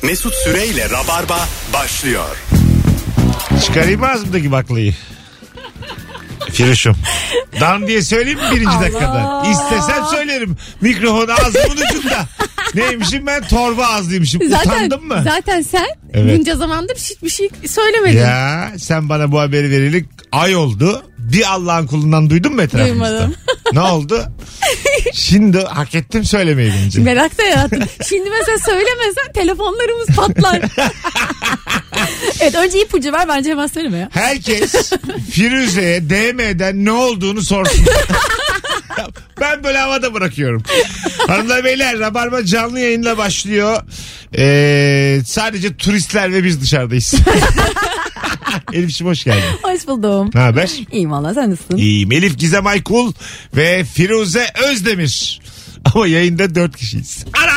Mesut Süreyle Rabarba başlıyor. Çıkarayım ağzımdaki baklayı. Firuşum. Dan diye söyleyeyim mi birinci dakikada? İstesem söylerim. Mikrofon ağzımın ucunda. Neymişim ben? Torba ağzıymışım. Utandın mı? Zaten sen Evet. bunca zamandır hiçbir şey söylemedin. Ya sen bana bu haberi vereli ay oldu. Bir Allah'ın kulundan duydun mu etrafımızda? Duymadım. Ne oldu? Şimdi hak ettim söylemeyi bence. Merak da yarattın. Şimdi mesela söylemesen telefonlarımız patlar. Evet, önce ipucu ver, bence hemen söyleme ya. Herkes Firuze'ye DM'den ne olduğunu sorsun. Ben böyle havada bırakıyorum. Hanımlar beyler, Rabarba canlı yayınla başlıyor. Sadece turistler ve biz dışarıdayız. Elif'ciğim hoş geldin. Hoş buldum. Ne haber? İyiyim valla, sen nasılsın? İyiyim. Elif Gizem Aykul ve Firuze Özdemir. Ama yayında 4 kişiyiz. Ana!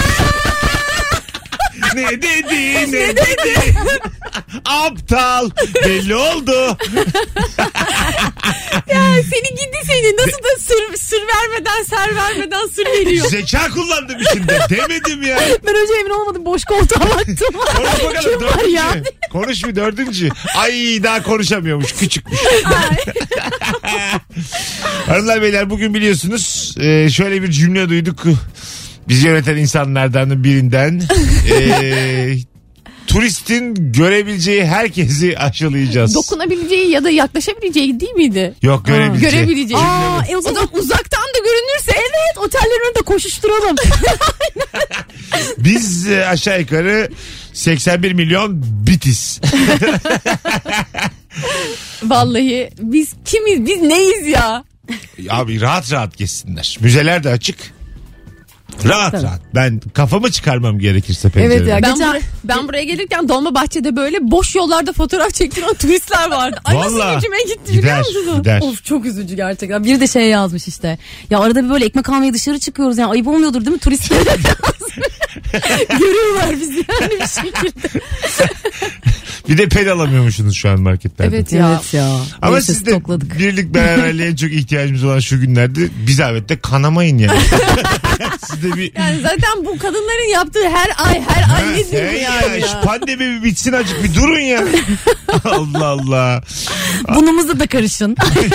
Ne dedi? Aptal. Belli oldu. Ya seni gidi seni. Nasıl da sır vermeden, ser vermeden sır veriyor. Zeka kullandım içinde. Demedim ya. Ben önce emin olmadım, boş koltuğa baktım. Konuş bakalım. Kim var Dördüncü. ya? Konuş bir dördüncü. Ay daha konuşamıyormuş. Küçükmüş. Hanımlar beyler, bugün biliyorsunuz şöyle bir cümle duyduk. Biz yöneten insanlardan birinden. Turistin görebileceği herkesi aşılayacağız. Dokunabileceği ya da yaklaşabileceği değil miydi? Yok, görebileceği. Görebileceği. O zaman uzaktan da görünürse. Evet, otellerin önünde koşuşturalım. Biz aşağı yukarı 81 milyon bitiz. Vallahi biz kimiz? Biz neyiz ya? Abi rahat rahat geçsinler. Müzeler de açık. Rahat rahat. Ben kafamı çıkarmam gerekirse pencereden. Evet ya. Ben buraya gelirken Dolmabahçe'de böyle boş yollarda fotoğraf çektiren turistler vardı. Ay Vallahi, nasıl gücüme gitti biliyor musunuz? Gider. Of, çok üzücü gerçekten. Bir de şey yazmış işte. Ya arada bir böyle ekmek almaya dışarı çıkıyoruz. Yani ayıp olmuyordur değil mi? Turistler görüyorlar bizi yani bir şekilde. Bir de ped alamıyormuşsunuz şu an marketlerde. Evet ya. Evet ya. Ama Neyse, siz de stokladık. birlik beraberliğe en çok ihtiyacımız olan şu günlerde bir zahmet kanamayın yani. Siz de bir... Yani zaten bu kadınların yaptığı her ay nedir bu yani Şu ya? pandemi bir bitsin, azıcık bir durun ya. Allah Allah. Bunumuzda da karışın.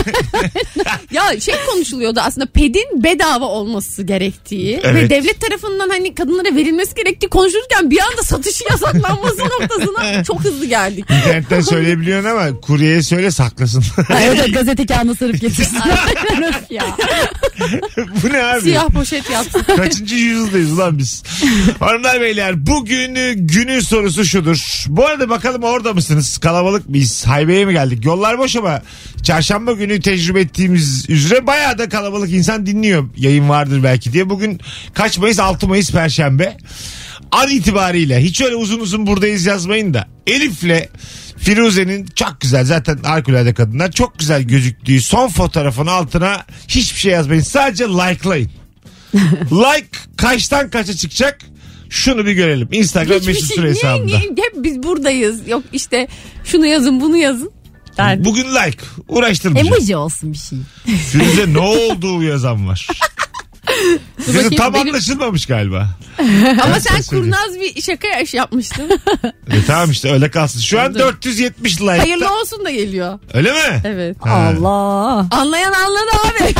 Ya şey konuşuluyordu aslında, pedin bedava olması gerektiği Evet. ve devlet tarafından hani kadınlara verilmesi gerektiği konuşulurken bir anda satışı yasaklanması noktasına çok hızlı geldik. İnternetten söyleyebiliyorsun ama kuryeye söyle saklasın. Evet, gazete kağıdına sarıp getirsin. Öf ya. Bu ne abi? Siyah poşet yaptı. Kaçıncı yüzyıldayız ulan biz? Hanımlar beyler, bugün günün sorusu şudur. Bu arada bakalım orada mısınız? Kalabalık mıyız? Haybeye mi geldik? Yollar boş ama çarşamba günü tecrübe ettiğimiz üzere bayağı da kalabalık insan dinliyor. Yayın vardır belki diye. Bugün kaç Mayıs? 6 Mayıs Perşembe. An itibariyle hiç öyle uzun uzun buradayız yazmayın da Elif'le Firuze'nin çok güzel, zaten harikulade kadınlar, çok güzel gözüktüğü son fotoğrafın altına hiçbir şey yazmayın. Sadece like'layın. Like kaçtan kaça çıkacak? Şunu bir görelim. Instagram Hiçbir Mesut şey. Süre hesabında. Niye? Hep biz buradayız. Yok işte şunu yazın bunu yazın. derdim. Bugün like. Uğraştırmayacağım. Emoji olsun bir şey. Firuze ne olduğu yazan var. Firuze bakayım, tam benim- anlaşılmamış galiba. Ama sen söyleyeyim. kurnaz bir şaka yapmıştın. Tamam işte öyle kalsın. Şu an 470 like. Hayırlı olsun da geliyor. Öyle mi? Evet. Ha. Allah. Anlayan anladı abi.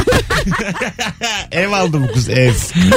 Ev aldı bu kız, ev.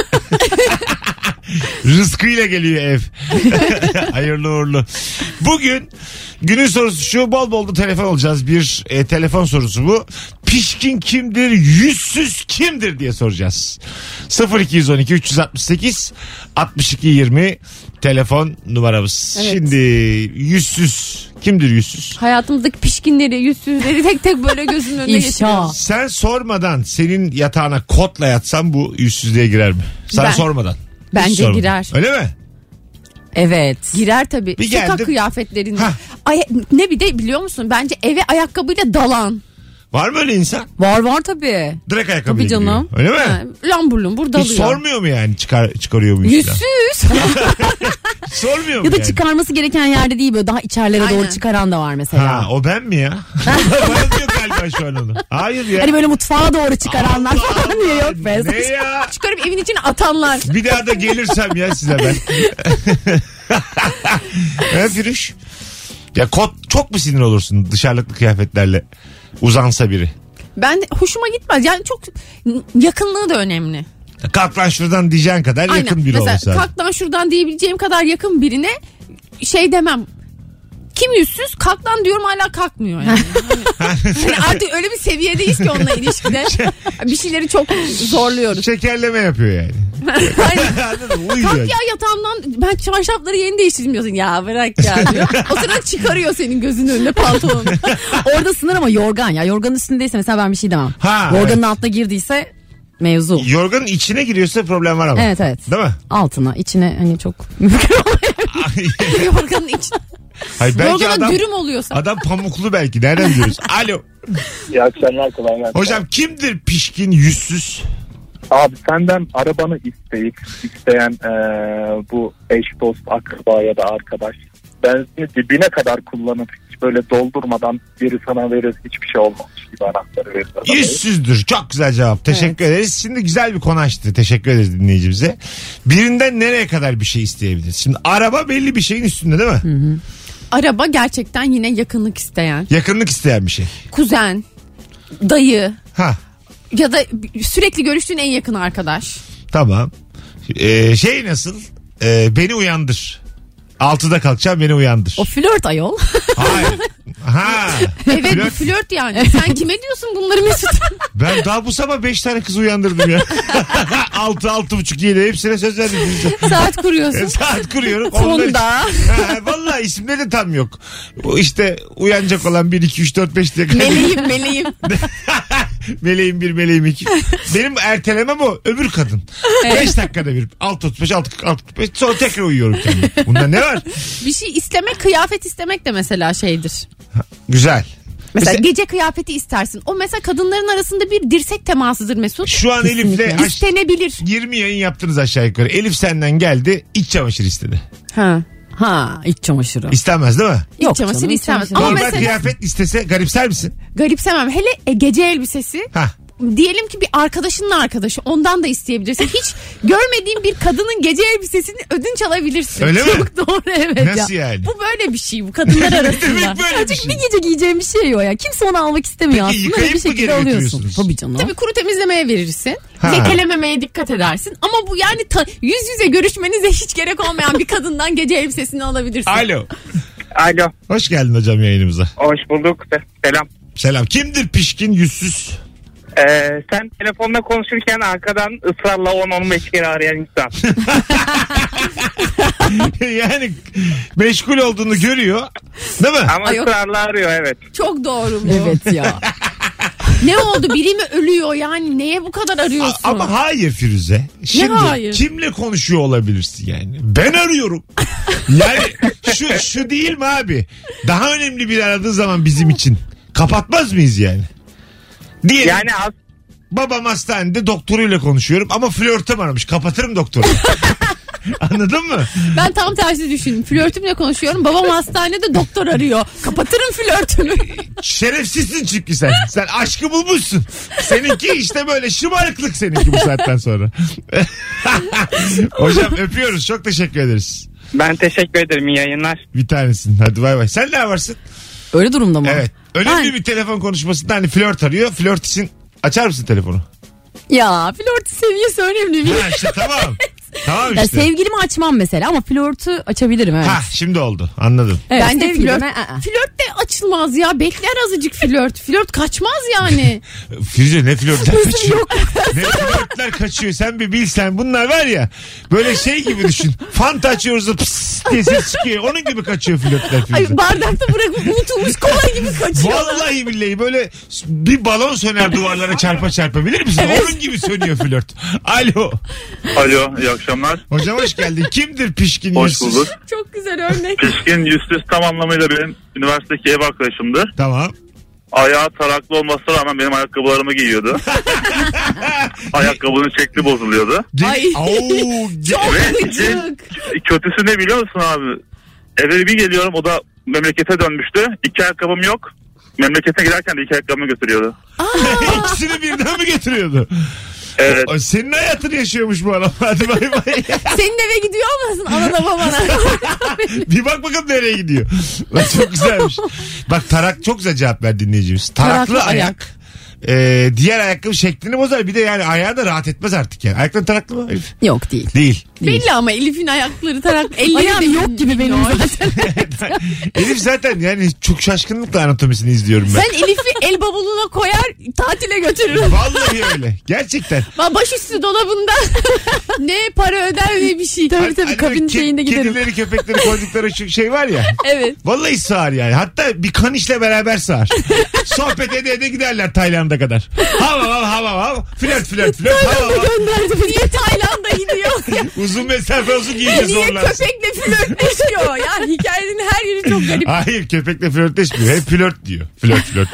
Rızkıyla geliyor ev. Hayırlı uğurlu. Bugün günün sorusu şu, bol bol da telefon alacağız. Bir telefon sorusu bu. Pişkin kimdir, yüzsüz kimdir diye soracağız. 0212 368 62 20 telefon numaramız. Evet. Şimdi yüzsüz kimdir, yüzsüz? Hayatımızdaki pişkinleri, yüzsüzleri tek tek böyle gözünün önüne İfşa. getiriyorum. Sen sormadan senin yatağına kotla yatsan bu yüzsüzlüğe girer mi? Sana Ben- sormadan. Hiç Bence sormadan. girer. Öyle mi? Evet. Girer tabii. Bir Sokak geldim. kıyafetlerinde. Hah. Ne bir de biliyor musun? Bence eve ayakkabıyla dalan. Var mı öyle insan? Var tabii. Direkt ayakkabıyla Tabii canım. giriyor. Öyle mi? Ha, lambur lumbur Hiç dalıyor. sormuyor mu yani çıkarıyor muyuz? Yüzsüz. Hiç sormuyor mu Ya da yani? çıkarması gereken yerde değil, böyle daha içerilere Aynen. doğru çıkaran da var mesela. Ha, o ben mi ya? Bana diyor galiba şu an onu. Hayır ya. Hani böyle mutfağa doğru çıkaranlar Allah falan diyor, yok be. Ne ya? Çıkarıp evin içine atanlar. Bir daha da gelirsem ya size ben. Evet Firuş. Ya kot çok mu sinir olursun dışarılıklı kıyafetlerle uzansa biri? Ben de hoşuma gitmez. Yani çok yakınlığı da önemli. Kalk lan şuradan diyeceğin kadar Aynen. yakın biri Mesela olursa. kalk lan şuradan diyebileceğim kadar yakın birine şey demem. Kim yüzsüz? Kalk lan diyorum hala kalkmıyor yani. Hani artık öyle bir seviyedeyiz ki onunla ilişkide. Bir şeyleri çok zorluyoruz. Şekerleme yapıyor yani. Aynen. Anladın mı? Uyuyor. Kalk ya yatağımdan ben çarşafları yeni değiştirdim diyorsun. Ya bırak ya diyor. O sırada çıkarıyor senin gözünün önüne pantolonu. Orada sınır ama yorgan ya. Yorganın üstündeyse mesela ben bir şey demem. Ha, Yorganın evet. altına girdiyse mevzu. Yorganın içine giriyorsa problem var ama. Evet evet. Değil mi? Altına içine hani çok mümkün olmuyor. Yorganın içine. Hayır, belki Yorgana dürüm oluyorsa. adam pamuklu belki. Nereden biliyoruz? Alo. İyi akşamlar, kolay gelsin. Hocam kimdir pişkin yüzsüz? Abi senden arabanı isteyen bu eş, dost, akraba ya da arkadaş benzini dibine kadar kullanıp hiç böyle doldurmadan biri sana verir, hiçbir şey olmamış gibi anahtarı verir. Yüzsüzdür. Çok güzel cevap. Teşekkür ederiz. Şimdi güzel bir konu açtı. Teşekkür ederiz dinleyicimize. Birinden nereye kadar bir şey isteyebiliriz? Şimdi araba belli bir şeyin üstünde değil mi? Hı. Araba gerçekten yine yakınlık isteyen. Yakınlık isteyen bir şey. Kuzen, dayı Ha, ya da sürekli görüştüğün en yakın arkadaş. tamam. Şey nasıl? Beni uyandır. 6'da kalkacağım, beni uyandır. O flört ayol. Hayır. Ha. Evet bu flört yani. Sen kime diyorsun bunları Mesut? Ben daha bu sabah 5 tane kız uyandırdım ya. 6, 6.30, 7 hepsine söz verdim. Saat kuruyorsun. Saat kuruyorum. Fonda. Vallahi isimleri de tam yok. O işte uyanacak olan 1, 2, 3, 4, 5 diye. Meleğim. Meleğim 1, meleğim 2. Benim ertelemem o. Öbür kadın. 5 dakikada bir. 6.35, 6.45 sonra tekrar uyuyorum kendim. Bunda ne var? Bir şey istemek, kıyafet istemek de mesela şeydir. Güzel. Mesela gece kıyafeti istersin. O mesela kadınların arasında bir dirsek temasıdır Mesut. Şu an Elif'le İstenebilir. 20 yayın yaptınız aşağı yukarı. Elif senden geldi, iç çamaşır istedi. Ha iç çamaşırı. İstemez değil mi? Yok çamaşırı canım, iç istemez. çamaşırı. Ama Normal mesela- kıyafet istese garipser misin? Garipsemem. Hele gece elbisesi. Ha. Diyelim ki bir arkadaşının arkadaşı, ondan da isteyebilirsin. Hiç görmediğin bir kadının gece elbisesini ödünç alabilirsin. Öyle mi? Çok doğru evet Nasıl ya. yani? Bu böyle bir şey bu kadınlar arasında. Demek böyle bir Azıcık şey. bir gece giyeceğim bir şey o ya. Kimse onu almak istemiyor Peki, aslında. yıkayıp Bir mı şekilde geri alıyorsun. götürüyorsunuz? Tabii canım. Tabii kuru temizlemeye verirsin. Ha. Lekelememeye dikkat edersin. Ama bu yani yüz yüze görüşmenize hiç gerek olmayan bir kadından gece elbisesini alabilirsin. Alo. Alo, Hoş geldin hocam yayınımıza. hoş bulduk. Selam. Selam. Kimdir pişkin yüzsüz? Sen telefonla konuşurken arkadan ısrarla 10-15 kere arayan insan. Yani meşgul olduğunu görüyor. Değil mi? Ama Ay, yok. ısrarla arıyor, evet. Çok doğru bu. Evet ya. Ne oldu? Biri mi ölüyor yani? Neye bu kadar arıyorsun? Ama hayır Firuze. Şimdi hayır? kimle konuşuyor olabilirsin yani? Ben arıyorum. Yani şu değil mi abi? Daha önemli bir aradığı zaman bizim için kapatmaz mıyız yani? Diyelim Yani babam hastanede doktoruyla konuşuyorum ama flörtüm aramış. Kapatırım doktoru. Anladın mı? Ben tam tersi düşündüm. Flörtümle konuşuyorum. Babam hastanede doktor arıyor. Kapatırım flörtümü. Şerefsizsin çünkü sen. Sen aşkı bulmuşsun. Seninki işte böyle şımarıklık seninki bu saatten sonra. Hocam öpüyoruz. Çok teşekkür ederiz. ben teşekkür ederim, iyi yayınlar. Bir tanesin. Hadi bay bay. Sen ne varsın? Öyle durumda mı? Evet. Önemli Ben- bir telefon konuşmasında hani flört arıyor. Flört için açar mısın telefonu? Ya flört seviyesi önemli bir. Ha işte tamam. Tamam Ya işte. sevgilimi açmam mesela ama flörtü açabilirim evet. Ha şimdi oldu. Anladım. Evet, Ben de sevgilime, flört de açılmaz ya. Bekler azıcık flört. Flört kaçmaz yani. Firuze ne flörtler kaçıyor. Ne flörtler kaçıyor. Sen bir bilsen bunlar var ya. Böyle şey gibi düşün. Fanta açıyoruz da pıs diye ses çıkıyor. Onun gibi kaçıyor flörtler Firuze. Ay, bardakta bırakıp unutulmuş kolay gibi kaçıyor. Vallahi billahi böyle bir balon söner duvarlara çarpa çarpa bilir misin? Onun gibi sönüyor flört. Alo. Alo, iyi akşamlar. Hocam hoş geldin. Kimdir pişkin Hoş yüzsüz? bulduk. Çok güzel örnek. Pişkin yüzsüz tam anlamıyla benim üniversitedeki ev arkadaşımdı. Tamam. Ayağı taraklı olmasına rağmen benim ayakkabılarımı giyiyordu. Ayakkabının şekli bozuluyordu. Ay. Ve işin kötüsü ne biliyor musun abi? Eve bir geliyorum, o da memlekete dönmüştü. 2 ayakkabım yok. Memlekete giderken de 2 ayakkabımı götürüyordu. İkisini birden mi getiriyordu? Evet. Senin hayatını yaşıyormuş bu adam. Hadi bay bay. Senin eve gidiyor olmasın anana babana? Bir bak bakalım nereye gidiyor. Bak çok güzelmiş. Bak tarak çok güzel cevap verdi dinleyicimiz. Taraklı ayak. Diğer ayakkabı şeklini bozar. Bir de yani ayağı da rahat etmez artık yani. Ayakların taraklı mı Elif? Yok değil. Değil. Belli ama Elif'in ayakları tarak. Elleri Ayağım de yok gibi benim zaten. Elif zaten yani çok şaşkınlıkla anatomisini izliyorum ben. Sen Elif'i el bavuluna koyar tatile götürür. Vallahi öyle. Gerçekten. Başüstü dolabında ne para öder ne bir şey. Tabii Hani kabin böyle şeyinde giderim. Kedileri köpekleri koydukları şu şey var ya. Evet. Vallahi sığar yani. Hatta bir kanişle beraber sığar. Sohbet ede giderler Tayland'a kadar. Hava. Flört. Hava. Niye Tayland'a gidiyor? Uzun mesafe olsun giyince Niye zorlarsın. köpekle flörtleşiyor? Ya hikayenin her yeri çok garip. Hayır köpekle flörtleşmiyor. Hep flört diyor. Flört.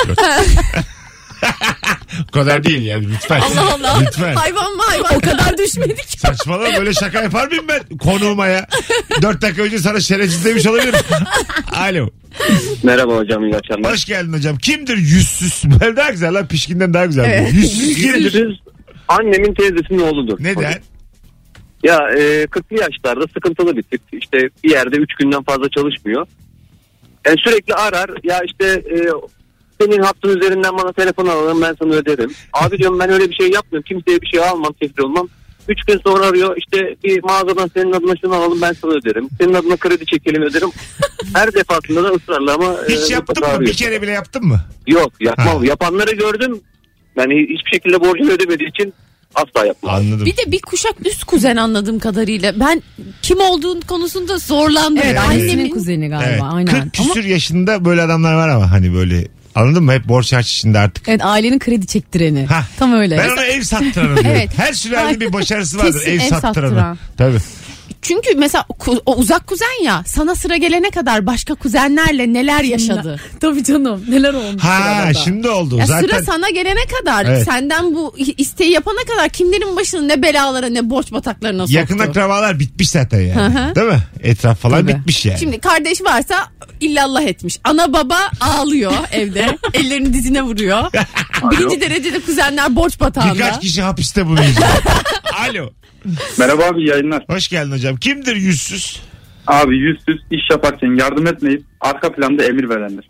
O kadar değil yani lütfen. Allah Allah. Lütfen. Hayvan mı hayvan? O kadar düşmedik. Saçmalama böyle şaka yapar mıyım ben konuğuma ya? 4 dakika önce sana şerefsiz demiş olabilirim. Alo. Merhaba hocam, iyi akşamlar. Hoş geldin hocam. Kimdir yüzsüz? Böyle daha güzel lan pişkinden daha güzel. Evet. Yüzsüz kimdir? Yüzsüz annemin teyzesinin oğludur. Neden? Ya 40'lı yaşlarda sıkıntılı bir tip. İşte bir yerde 3 günden fazla çalışmıyor. Sürekli arar. Ya işte senin hattın üzerinden bana telefon alalım, ben sana öderim. Abi diyorum, ben öyle bir şey yapmıyorum. Kimseye bir şey almam, kefil olmam. 3 gün sonra arıyor, işte bir mağazadan senin adına şunu alalım, ben sana öderim. Senin adına kredi çekelim, öderim. Her defasında da ısrarla ama Hiç yaptın mı? Bir kere bile yaptın mı? Yok, yapmam. Ha. Yapanları gördüm. Yani hiçbir şekilde borcunu ödemediği için asla yapmam. Anladım. Bir de bir kuşak üst kuzen anladığım kadarıyla. Ben kim olduğun konusunda zorlandım. Evet, Annemin annemin kuzeni galiba. Evet. Aynen. 40 küsür yaşında böyle adamlar var ama hani böyle anladın mı? Hep borç harç içinde artık. Evet, ailenin kredi çektireni. Hah. Tam öyle. Ben ona ev sattıranı diyorum. Evet. Her sülalenin bir başarısı vardır. Kesin Ev ev sattıranı. sattıran. Tabii. Çünkü mesela o uzak kuzen ya, sana sıra gelene kadar başka kuzenlerle neler yaşadı. Tabii canım, neler olmuş. Ha sırada. şimdi oldu. Ya Zaten sıra sana gelene kadar, Evet. senden bu isteği yapana kadar kimlerin başına ne belalara ne borç bataklarına soktu. yakın akrabalar bitmiş zaten yani. Hı hı. Değil mi? Etraf falan Tabii. bitmiş yani. Şimdi kardeş varsa illallah etmiş. Ana baba ağlıyor evde. Ellerini dizine vuruyor. Birinci derecede kuzenler borç batağında. Birkaç kişi hapiste bunu izliyor. Alo. Merhaba abi, yayınlar. Hoş geldin hocam. Kimdir yüzsüz? Abi yüzsüz, iş yaparken yardım etmeyip arka planda emir verendir.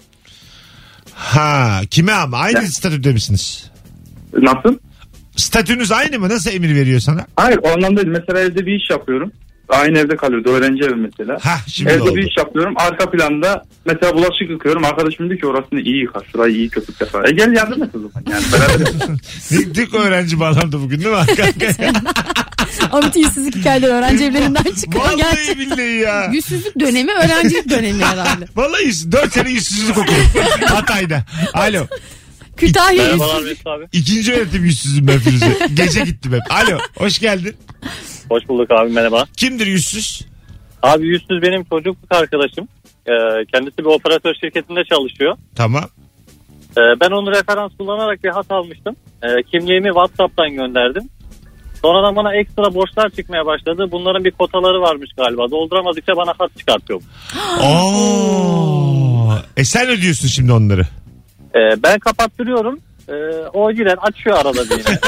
Ha kime ama? Aynı Ya. statüde misiniz? Nasıl? Statünüz aynı mı? Nasıl emir veriyor sana? Hayır, o anlamda değil. Mesela evde bir iş yapıyorum. Aynı evde kalıyordu, öğrenci evi mesela. Ha şimdi Evde oldu. bir iş yapıyorum, arka planda mesela bulaşık yıkıyorum. Arkadaşım diyor ki orasını iyi yıkar, şurayı iyi köpük yapar. Gel yardım et o zaman yani. Beraber yapalım. Dik öğrenci bağlandı bugün değil mi? Abi yüzsüzlük hikayeler öğrenci evlerinden çıkıyor. Vallahi Gerçekten. billahi ya. Yüzsüzlük dönemi, öğrencilik dönemi herhalde. Vallahi 4 sene yüzsüzlük okudum. Hatay'da. Alo. Kütahya Merhabalar yüzsüzlük. Mesut abi. İkinci öğretim yüzsüzüm ben Firuze. Gece gittim hep. Alo. Hoş geldin. Hoş bulduk abi, merhaba. Kimdir yüzsüz? Abi yüzsüz benim çocukluk arkadaşım. Kendisi bir operatör şirketinde çalışıyor. Tamam. Ben onu referans kullanarak bir hat almıştım. Kimliğimi WhatsApp'tan gönderdim. Sonradan bana ekstra borçlar çıkmaya başladı. Bunların bir kotaları varmış galiba. Dolduramadıkça bana hat çıkartıyor. Oo. Sen ödüyorsun şimdi onları. Ben kapattırıyorum. O girer açıyor arada bir yine.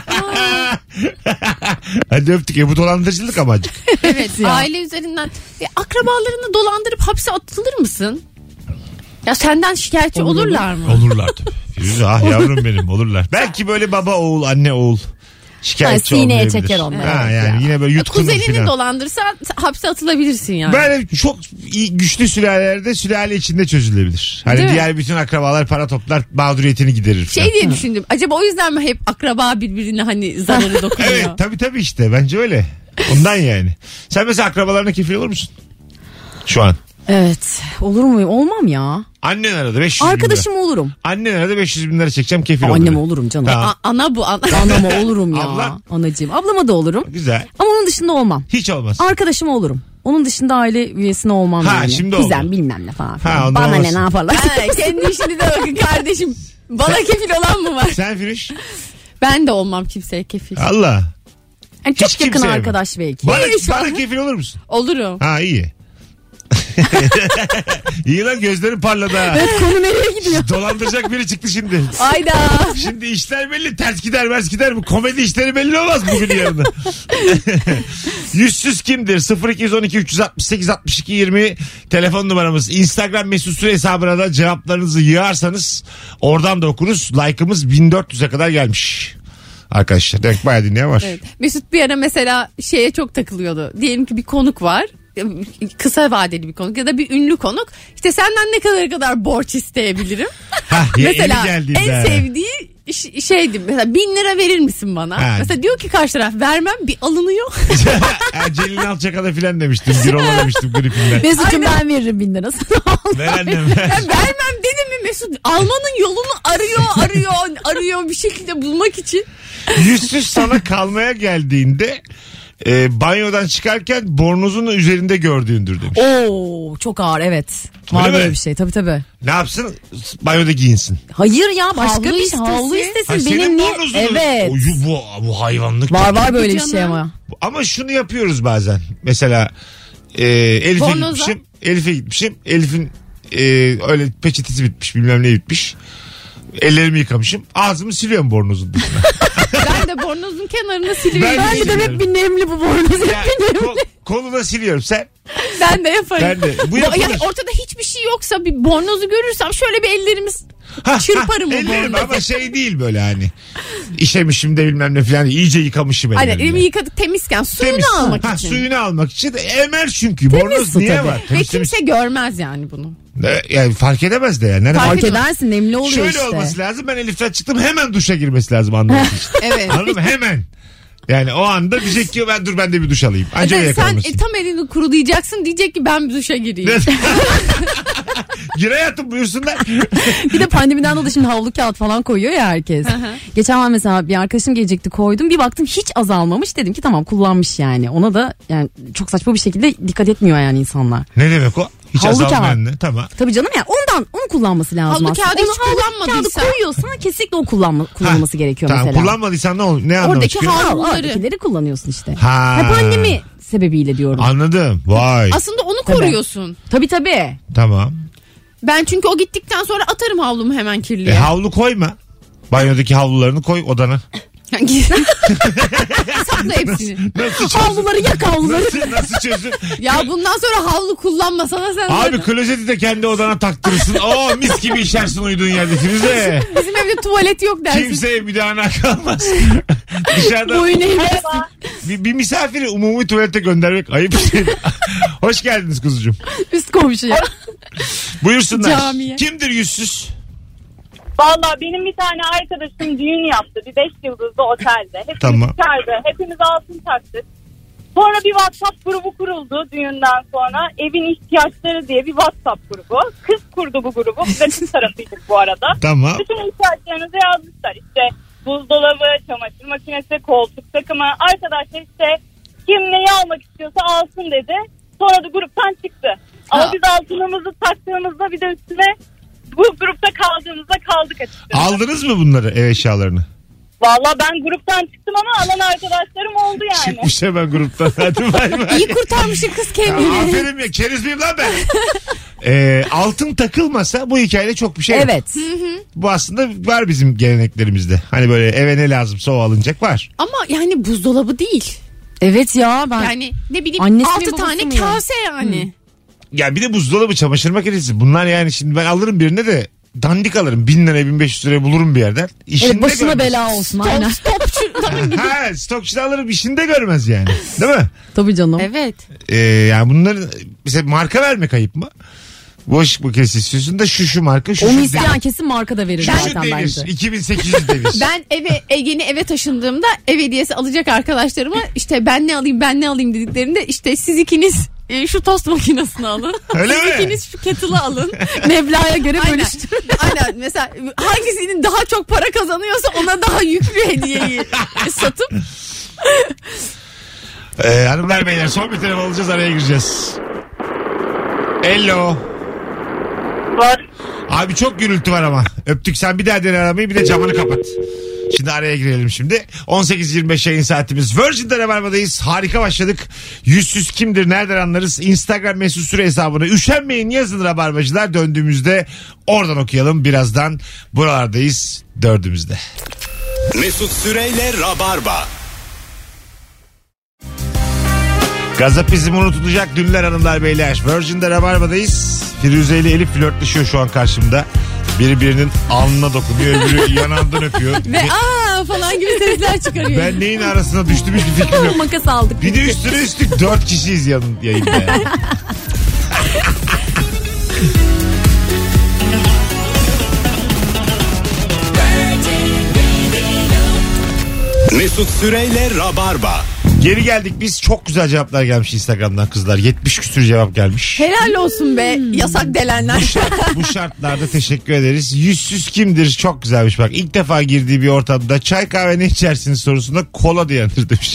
Hadi öptük. Bu dolandırıcılık ama azıcık. Evet, ya. aile üzerinden. Akrabalarını dolandırıp hapse atılır mısın? Ya senden şikayetçi olurlar mı? Olurlar tabii. Firuze yavrum benim olurlar. Belki böyle baba oğul anne oğul şikayetçi Ha, sineye olmayabilir. çeker onlar. Ha, yani yine böyle yutkunur Kuzenini falan. dolandırsa hapse atılabilirsin yani. Böyle çok iyi, güçlü sülalelerde sülale içinde çözülebilir. Hani Değil mi? diğer bütün akrabalar para toplar mağduriyetini giderir. falan. Şey diye düşündüm. Acaba o yüzden mi hep akraba birbirine hani zararı dokunuyor? Evet tabii işte bence öyle. Ondan yani. Sen mesela akrabalarına kefil olur musun? Şu an. Evet. Olur muyum? Olmam ya. Annen aradı 500 bin lira. Arkadaşım olurum. Annen aradı 500 bin lira çekeceğim kefil olur. Anneme olurum canım. Tamam. Ana bu ana. Anama olurum ya. Abla? Anacığım. Ablama da olurum. Güzel. Ama onun dışında olmam. Hiç olmaz. Arkadaşıma olurum. Onun dışında aile üyesine olmam Ha, yani. şimdi Kuzen oldu. bilmem ne falan. Ha, ondan Bana olmasın. ne yaparlar. Ha, kendi işini de bakın kardeşim. Bana kefil olan mı var? Sen Firuş? Ben de olmam kimseye kefil. Allah. Yani çok Hiç yakın kimseye mi? arkadaş belki. Bana, şu an- bana kefil olur musun? Olurum. Ha iyi. İyi lan, gözlerim parladı ha. Evet, konu nereye gidiyor? Dolandıracak biri çıktı şimdi. Ayda. Şimdi işler belli, ters gider mers gider. Bu komedi işleri belli olmaz bugün yarın. Yüzsüz kimdir? 0212 368 62 20 telefon numaramız. Instagram mesut süre hesabına da cevaplarınızı yığarsanız oradan da okuruz. Like'ımız 1400'e kadar gelmiş. Arkadaşlar demek bayağı dinleyen var. Evet. Mesut bir ara mesela şeye çok takılıyordu. Diyelim ki bir konuk var. Kısa vadeli bir konuk ya da bir ünlü konuk. İşte senden ne kadar borç isteyebilirim? Mesela en sevdiği şeydi. Mesela 1000 lira verir misin bana? Ha. Mesela diyor ki karşı taraf vermem, bir alınıyor. Celil Alçakal'a filan demiştim. Girola demiştim gripimden. Mesut'cum ben veririm 1000 lira sana. Ver annem ver. Vermem dedim mi Mesut? Almanın yolunu arıyor bir şekilde bulmak için. Yüzsüz sana kalmaya geldiğinde banyodan çıkarken bornozun üzerinde gördüğündür demiş. Oo, çok ağır, evet. Var Öyle böyle mi? bir şey, tabii. Ne yapsın? Banyoda giyinsin. Hayır ya, başka Havlu bir şey. istesin. Havlu istesin. Ha, senin Benim niye? bornozunu. Evet. Bu hayvanlık. Var böyle bir Canım. şey ama. Ama şunu yapıyoruz bazen. Mesela Bornoza. Elif'e gitmişim. Elif'in öyle peçetesi bitmiş, bilmem ne bitmiş. Ellerimi yıkamışım. Ağzımı siliyorum bornozun dışına. Ben de bornozun kenarını siliyorum. Ben de Bir de siliyorum. hep bir nemli bu bornoz. Ya, koluna siliyorum sen. Ben de yaparım. Ben de. Bu yapılır. Yani ortada hiçbir şey yoksa bir bornozu görürsem şöyle bir ellerimiz çırparım o ellerim bornozu. ama şey değil böyle hani. İşemişim de bilmem ne falan. İyice yıkamışım ellerimi. Aynen, elimi yıkadık temizken suyunu almak için. Suyunu almak için. Emer çünkü. Bornoz su niye tabii. var? Ve kimse görmez yani bunu. Yani fark edemez de yani. Nerede Fark Fark edemez. edersin, nemli oluyor Şöyle işte. olması lazım. Ben Elif'ten çıktım, hemen duşa girmesi lazım anlamak için. Evet. Anladın mı? Hemen. Yani o anda diyecek ki ben de bir duş alayım. Anca öyle Evet, sen yakalanırsın. tam elini kurulayacaksın, diyecek ki ben bir duşa gireyim. Gir hayatım, buyursunlar. Bir de pandemiden dolayı şimdi havlu kağıt falan koyuyor ya herkes. Geçen ben mesela bir arkadaşım gelecekti, koydum. Bir baktım hiç azalmamış. Dedim ki tamam, kullanmış yani. Ona da yani çok saçma bir şekilde dikkat etmiyor yani insanlar. Ne demek o? Hiç Havlu azalmayan kağıt. ne? Tamam. Tabii canım ya, onu kullanması lazım Havlu aslında. kağıdı Onu hiç havlu kullanmadıysa- kağıdı koyuyorsan kesinlikle o kullanılması gerekiyor Tamam, mesela. kullanmadıysan ne anlamak Oradaki istiyor? havlu- Oradakileri kullanıyorsun işte. Ha. Pandemi sebebiyle diyorum. Anladım. Vay. Aslında onu Tabii. koruyorsun. Tabii. Tamam. Ben çünkü o gittikten sonra atarım havlumu hemen kirliye. Havlu koyma. Banyodaki havlularını koy odana. Sakla hepsini. Nasıl çözüm? Havluları yak, havluları. Nasıl çözüm? Ya bundan sonra havlu kullanmasana sen. Abi zaten. klozeti de kendi odana taktırırsın. Oo, mis gibi işersin uyuduğun yerde Firuze. Bizim evde tuvalet yok dersin. Kimseye müdahale kalmaz. Dışarıda Boyun eğmez. bir misafiri umumi tuvalete göndermek ayıp bir şey. Hoş geldiniz kuzucuğum. Üst komşu ya. Buyursunlar. Camiye. Kimdir yüzsüz? Valla benim bir tane arkadaşım düğün yaptı. Bir 5 yıldızlı otelde. Hepimiz Tamam. içeride. Hepimiz altın taktık. Sonra bir WhatsApp grubu kuruldu düğünden sonra. Evin ihtiyaçları diye bir WhatsApp grubu. Kız kurdu bu grubu. Biz de kız tarafıydık bu arada. Tamam. Bütün ihtiyaçlarınızı yazmışlar. İşte buzdolabı, çamaşır makinesi, koltuk takımı. Arkadaşlar işte kim neyi almak istiyorsa alsın dedi. Sonra da gruptan çıktı. Ama Ha. biz altınımızı taktığımızda bir de üstüne bu grupta kaldığımızda kaldık açıkçası. Aldınız mı bunları, ev eşyalarını? Valla ben gruptan çıktım ama alan arkadaşlarım oldu yani. Çıkmış hemen gruptan. Hadi bay bay. İyi kurtarmışsın kız Ya, kendini. aferin ya, keriz miyim lan ben? Altın takılmasa bu hikayede çok bir şey yok. Evet. Bu aslında var bizim geleneklerimizde. Hani böyle eve ne lazımsa o alınacak var. Ama yani buzdolabı değil. Evet ya, ben Yani ne bileyim Annesi mi, 6 babası tane mı ya? kase yani. Ya bir de buzdolabı, çamaşır makinesi. Bunlar yani şimdi ben alırım birine de dandik alırım. 1000 liraya 1500 liraya bulurum bir yerden. İşinde evet, başına görmez. bela olsun aynen. Ha, stokçuda alırım, işinde görmez yani. Değil mi? Tabii canım. Evet. Yani bunların mesela marka vermek ayıp mı? Bulaşık makinesi istiyorsun da şu marka şu Onu şu isteyen devir. kesin marka da verir Şu zaten devir. bence. 2800 devir. Ben yeni eve taşındığımda ev hediyesi alacak arkadaşlarıma işte ben ne alayım dediklerinde işte siz ikiniz şu tost makinesini alın. Öyle siz mi? ikiniz şu kettle'ı alın. Meblağa göre Aynen. bölüştür. Aynen, mesela hangisinin daha çok para kazanıyorsa ona daha yüklü hediyeyi satıp. Hanımlar beyler, son bir telefon alacağız, araya gireceğiz. Hello. Var. Abi çok gürültü var ama. Öptük, sen bir daha dene aramayı, bir de camını kapat. Şimdi araya girelim şimdi. 18.25 yayın saatimiz. Virgin'de Rabarba'dayız. Harika başladık. Yüzsüz kimdir? Nereden anlarız? Instagram mesut süre hesabına üşenmeyin yazın Rabarbacılar. Döndüğümüzde oradan okuyalım. Birazdan buralardayız. Dördümüzde. Mesut Süreyle Rabarba. Gazapizm unutulacak dünler hanımlar beyler. Virgin'de Rabarba'dayız. Firuze ile Elif flörtleşiyor şu an karşımda. Biri birinin alnına dokunuyor, öbürü yanağından öpüyor. Ve aa falan gibi sesler çıkarıyor. Ben neyin arasına düştüm hiçbir fikrim yok. Makas aldık. Bir de üstüne üstlük 4 kişiyiz yayında yani. Mesut Süreyle Rabarba. Geri geldik biz. Çok güzel cevaplar gelmiş Instagram'dan kızlar. 70 küsür cevap gelmiş. Helal olsun be yasak delenler. Bu şartlarda teşekkür ederiz. Yüzsüz kimdir? Çok güzelmiş bak. İlk defa girdiği bir ortamda çay kahve ne içersiniz sorusunda kola diyendir demiş.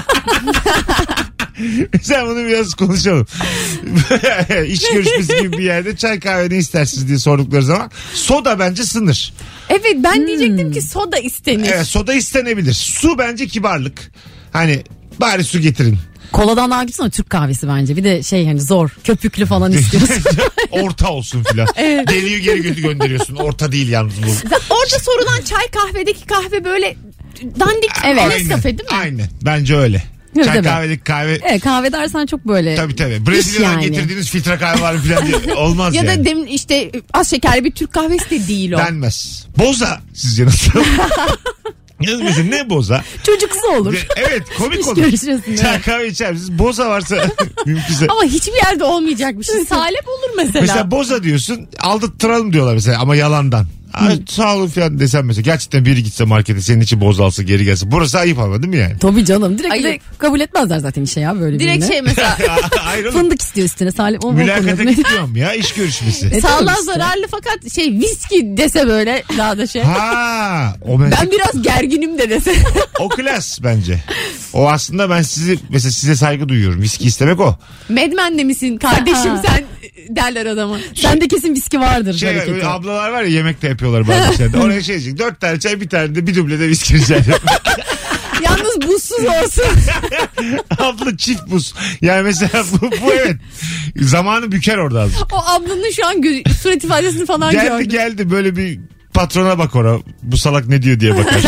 Mesela bunu biraz konuşalım. İş görüşmesi gibi bir yerde çay kahve ne istersiniz diye sordukları zaman soda bence sınır. Evet ben diyecektim ki soda istenir. Evet, soda istenebilir. Su bence kibarlık. Hani bari su getirin. Koladan daha güzel Türk kahvesi bence. Bir de şey hani zor. Köpüklü falan istiyorsun. Orta olsun filan. Evet. Deliği geri gönderiyorsun. Orta değil yalnız bu. Orada sorulan çay kahvedeki kahve böyle dandik. Evet. Nescafe değil mi? Aynen. Bence öyle. Evet, çay evet. kahvedeki kahve. Evet kahve dersen çok böyle. Tabii. Brezilya'dan yani. getirdiğiniz filtre kahve var filan diye olmaz ya yani. da demin işte az şekerli bir Türk kahvesi de değil o. Denmez. Boza sizce nasıl? Yalnız mesela ne boza? Çocuksu olur. Evet komik İş olur. görüşüyorsun, Çay evet. kahve içer misiniz? Boza varsa mümkünse. Ama hiçbir yerde olmayacak bir şey. Salep olur mesela. Mesela boza diyorsun aldırttıralım diyorlar mesela ama yalandan. Ay, sağ olun falan desem mesela. Gerçekten biri gitse markete senin için boza alsa geri gelse. Burası ayıp ama değil mi yani? Tabii canım. Direkt Ayıp. de kabul etmezler zaten işe ya böyle Direkt birine. şey mesela Hayır oğlum. Fındık istiyor üstüne. Salep onu Mülakata gidiyorum ya iş görüşmesi. sağlığa işte. zararlı fakat şey viski dese böyle daha da şey. Ha, o mesela, Ben biraz gerginim de dese. o klas bence. O aslında ben size saygı duyuyorum. Viski istemek o. Medmen'de misin kardeşim sen derler adama. Sende kesin viski vardır. Şey, hareketi. öyle ablalar var ya yemek de yapıyorlar bazen şeyde. Oraya şey diyecek. 4 tane çay bir tane de bir duble de viski rica ederim. Yalnız buzsuz olsun. Abla çift buz. Yani mesela bu evet. Zamanı büker orada azıcık. O ablanın şu an surat ifadesini falan gördüm. Geldi böyle bir patrona bak ona. Bu salak ne diyor diye bakar.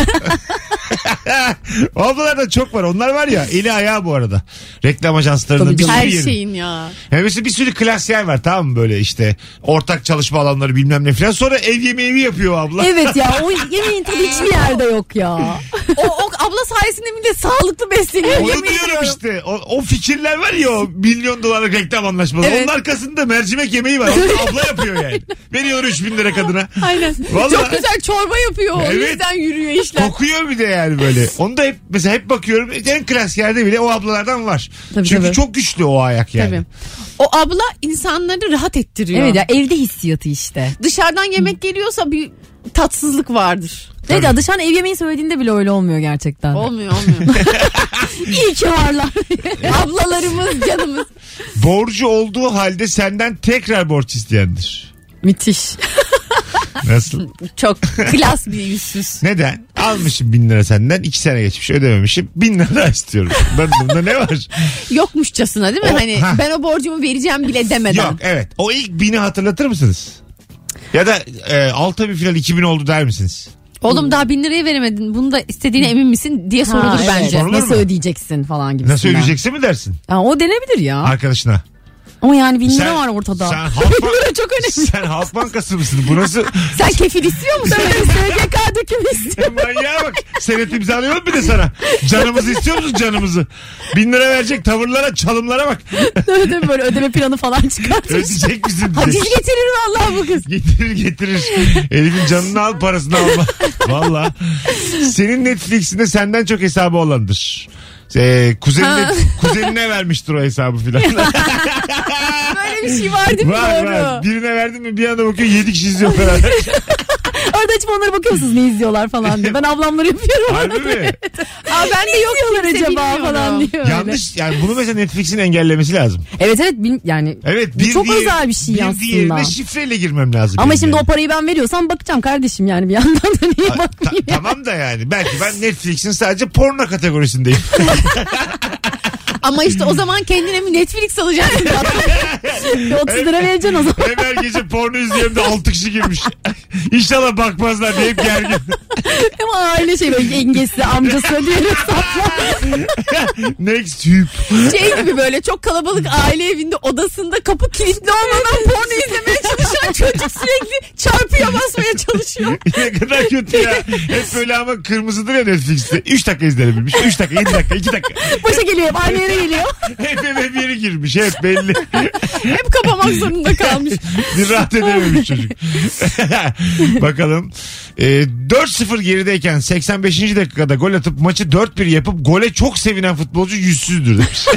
Ablalar da çok var. Onlar var ya eli ayağı bu arada. Reklam ajanslarının bir sürü Her yeri. şeyin ya. Yani mesela bir sürü klas yer var tamam mı böyle işte ortak çalışma alanları bilmem ne falan. Sonra ev yemeği yapıyor abla. Evet ya o yemeğin tadı hiçbir yerde yok ya. O abla sayesinde millet sağlıklı besleniyor. Onu Yemin diyorum ediyorum. işte. O fikirler var ya o $1 milyon reklam anlaşmaları. Evet. Onun arkasında mercimek yemeği var. Onu abla yapıyor yani. Veriyor 3.000 lira kadına. Aynen. Vallahi. Çok güzel çorba yapıyor. O Evet. yüzden yürüyor işler. Kokuyor bir de yani böyle. Onu da hep bakıyorum. En klas yerde bile o ablalardan var. Tabii, Çünkü tabii. çok güçlü o ayak yani. Tabii. O abla insanları rahat ettiriyor. Evet ya evde hissiyatı işte. Dışarıdan yemek geliyorsa bir tatsızlık vardır. Evet ya dışarıdan ev yemeği söylediğinde bile öyle olmuyor gerçekten. Olmuyor. İyi ki varlar. Ablalarımız canımız. Borcu olduğu halde senden tekrar borç isteyendir. Müthiş. Nasıl? Çok klas bir yüzsüz. Neden? Almışım 1.000 lira senden 2 sene geçmiş ödememişim 1.000 lira daha istiyorum. Ben bunda ne var? Yokmuşçasına değil mi? O- Hani ha. ben o borcumu vereceğim bile demeden. Yok evet. O ilk 1000'i hatırlatır mısınız? Ya da 6 bir filan 2000 oldu der misiniz? Oğlum daha 1.000 lirayı veremedin. Bunu da istediğine emin misin diye sorulur Ha, evet. bence. Sorulur Nasıl mu? ödeyeceksin falan gibi. Nasıl ödeyeceksin mi dersin? Ya, o denebilir ya. Arkadaşına. Ama yani 1.000 lira var ortada. Sen Halk, Çok önemli. sen Halk Bankası mısın? Bu nasıl? Sen kefil istiyor musun? SGK dökümü istiyor. Manyağa bak. Senet imzalayalım bir de sana. Canımızı istiyor musun canımızı? 1.000 lira verecek tavırlara çalımlara bak. Öyle böyle ödeme planı falan çıkartmış. Ödeyecek misin? Haciz getirir vallahi bu kız. Getirir. Elif'in canını al parasını alma. Valla. Senin Netflix'inde senden çok hesabı olandır. Kuzenine vermiştir o hesabı filan. Böyle bir şey var değil mi? var Doğru. var. Birine verdin mi bir anda bakıyor 7 kişi izliyor beraber. Orada açıp onlara bakıyor musunuz ne izliyorlar falan diye. Ben ablamları yapıyorum. Harbi mi? Aa, ben de yok izliyorlar kimse acaba bilmiyorum. falan diyor öyle. Yanlış yani bunu mesela Netflix'in engellemesi lazım. Evet yani Evet. bu çok özel bir şey aslında. Bir diğerine şifreyle girmem lazım. Ama benim şimdi yani. o parayı ben veriyorsam bakacağım kardeşim yani bir yandan da niye bakmayayım ya. Tamam da yani belki ben Netflix'in sadece porno kategorisindeyim. Ama işte o zaman kendine bir Netflix alacaksın. 30 lira vereceksin o zaman. Hem her gece porno izliyorum da 6 kişi girmiş. İnşallah bakmazlar diye hep gergin. Ama aile şey böyle yengesi amcası diye Next hüp. Şey gibi böyle çok kalabalık aile evinde odasında kapı kilitli olmadan porno izlemeye çalışan çocuk sürekli çarpıya basmaya çalışıyor. Ne kadar kötü ya. Hep böyle ama kırmızıdır ya Netflix'te. 3 dakika izlenebilmiş. 3 dakika, 7 dakika, 2 dakika. Başa geliyor hep aynı yere geliyor. Hep eve bir yere girmiş. Hep belli. Hep kapamak zorunda kalmış. Bir rahat edememiş çocuk. Bakalım. 4-0 gerideyken 85. dakikada gol atıp maçı 4-1 yapıp gole çok sevinen futbolcu yüzsüzdür demiş.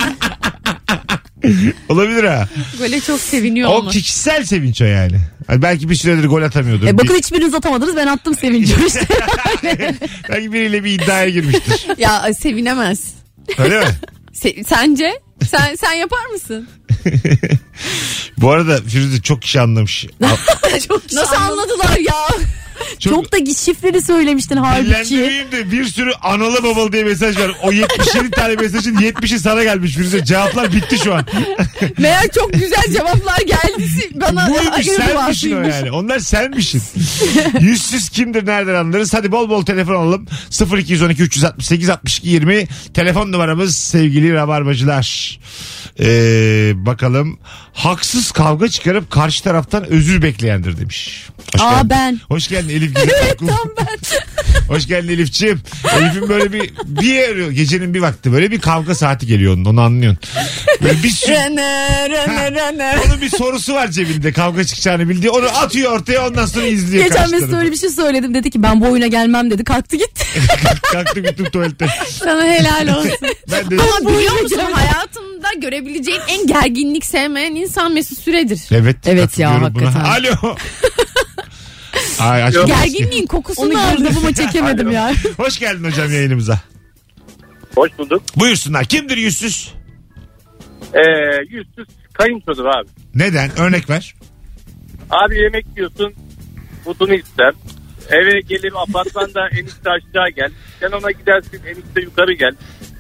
Olabilir ha. Böyle çok seviniyor O olmak. kişisel sevinç o yani. Hani belki bir süredir gol atamıyordur. Bakın hiçbiriniz atamadınız ben attım sevinci işte. Belki biriyle bir iddiaya girmiştir. Ya sevinemez. Öyle mi? Sence? Sen yapar mısın? Bu arada Firuze çok kişi anlamış. Nasıl anladılar ya? Çok da şifreli söylemiştin halbuki. Dillendirmeyeyim de bir sürü analı babalı diye mesaj var. O 77 tane mesajın 70'i sana gelmiş Firuze. Cevaplar bitti şu an. Meğer çok güzel cevaplar geldi bana. Buymuş senmişsin o yani. Onlar senmişsin. Yüzsüz kimdir nereden anlarız? Hadi bol bol telefon alalım. 0212 368 62 20 telefon numaramız sevgili rabarbacılar. Bakalım. Haksız kavga çıkarıp karşı taraftan özür bekleyendir demiş. Hoş geldin. Ben. Hoş geldin Elif. Evet tam ben. Hoş geldin Elif'ciğim. Elif'in böyle bir arıyor. Gecenin bir vakti böyle bir kavga saati geliyor onun. Onu anlıyorsun. Böyle bir sürü... Rene. Onun bir sorusu var cebinde. Kavga çıkacağını bildiği. Onu atıyor ortaya ondan sonra izliyor. Geçen Mesut öyle bir şey söyledim. Dedi ki ben bu oyuna gelmem dedi. Kalktı gitti. Kalktım gittim tuvalete. Sana helal olsun. Ben de... Ama biliyor musun hayatımda görebileceğin en gerginlik sevmeyen insan Mesut Süre'dir. Evet ya buna. hakikaten. Alo. Ay, aşkım. Gerginliğin kokusunu Onu aldım. girdabıma çekemedim ya. Hoş geldin hocam yayınımıza. Hoş bulduk. Buyursunlar. Kimdir yüzsüz? Yüzsüz kayınçodur abi. Neden? Örnek ver. Abi yemek yiyorsun, butunu ister. Eve gelip apartmanda enişte aşağı gel. Sen ona gidersin, enişte yukarı gel.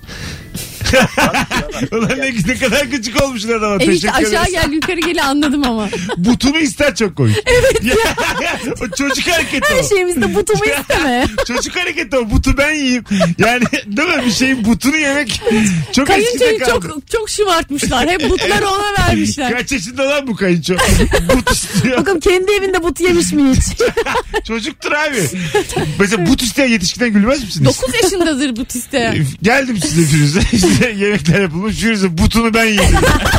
Ulan ne kadar gıcık olmuşsun adama. Enişte Teşekkür aşağı ederiz. gel yukarı gel anladım ama. Butunu ister çok komik. Evet ya. O çocuk hareketi Her o. şeyimizde butumu isteme. Çocuk hareketi o. Butu ben yiyeyim. Yani değil mi? Bir şeyin butunu yemek çok eskide Kayınçoyu kaldı. çok şımartmışlar. Hep butları ona vermişler. Kaç yaşında lan bu kayınço? But istiyor. Bakalım kendi evinde but yemiş mi hiç? Çocuktur abi. Mesela but isteyen yetişkiden gülmez misiniz? 9 yaşındadır but isteyen. Geldim size Firuze. Size yemekler yapılmış. Firuze butunu ben yedim.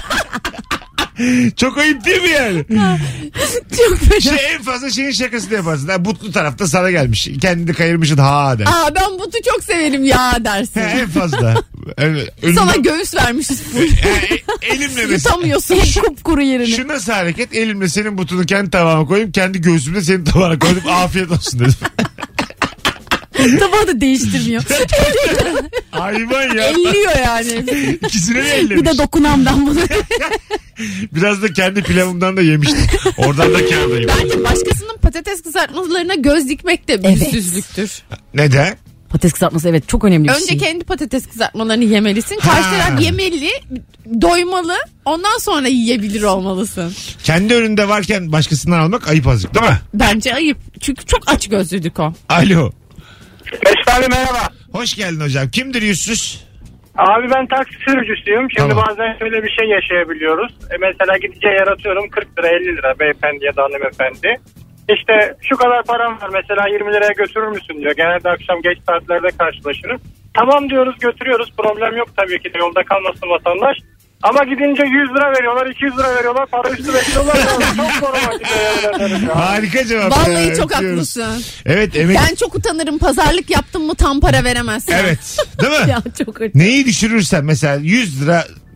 Çok ayıp değil mi yani? Çok fena. En fazla şeyin şakasını yaparsın. Ha, butlu tarafta sana gelmiş. Kendini kayırmışsın ha der. Aa ben butu çok severim ya dersin. En fazla. Sana göğüs vermişiz. Elimle mesela. Yutamıyorsun. Kupkuru yerini. Şu nasıl hareket? Elimle senin butunu kendi tabağıma koyayım. Kendi göğsümle senin tabağına koydum. Afiyet olsun dedim. Tabağı da değiştirmiyor. Hayvan ya. Elliyor yani. İkisine de ellemiş. Bir de dokunam ben bunu. Biraz da kendi pilavımdan da yemiştim. Oradan da kârdayım. Bence başkasının patates kızartmalarına göz dikmek de Evet. yüzsüzlüktür. Neden? Patates kızartması evet çok önemli bir Önce şey. kendi patates kızartmalarını yemelisin. Karşı taraf yemeli, doymalı. Ondan sonra yiyebilir olmalısın. Kendi önünde varken başkasından almak ayıp azıcık değil mi? Bence ayıp. Çünkü çok aç gözlüdük o. Alo. Mesut abi merhaba. Hoş geldin hocam. Kimdir yüzsüz? Abi ben taksi sürücüsüyüm. Şimdi Tamam. bazen şöyle bir şey yaşayabiliyoruz. Mesela gideceği yer atıyorum 40 lira 50 lira beyefendi ya da hanımefendi. İşte şu kadar param var mesela 20 liraya götürür müsün diyor. Genelde akşam geç saatlerde karşılaşırız. Tamam diyoruz götürüyoruz problem yok tabii ki de yolda kalmasın vatandaş. Ama gidince 100 lira veriyorlar 200 lira veriyorlar para üstü bekliyorlar. Çok korumak Harika cevap. Vallahi ya, çok öpüyoruz. haklısın. Evet emek. Ben çok utanırım. Pazarlık yaptım mı tam para veremezsin. Evet. Değil mi? Ya çok önemli. Neyi düşürürsen mesela 100 lira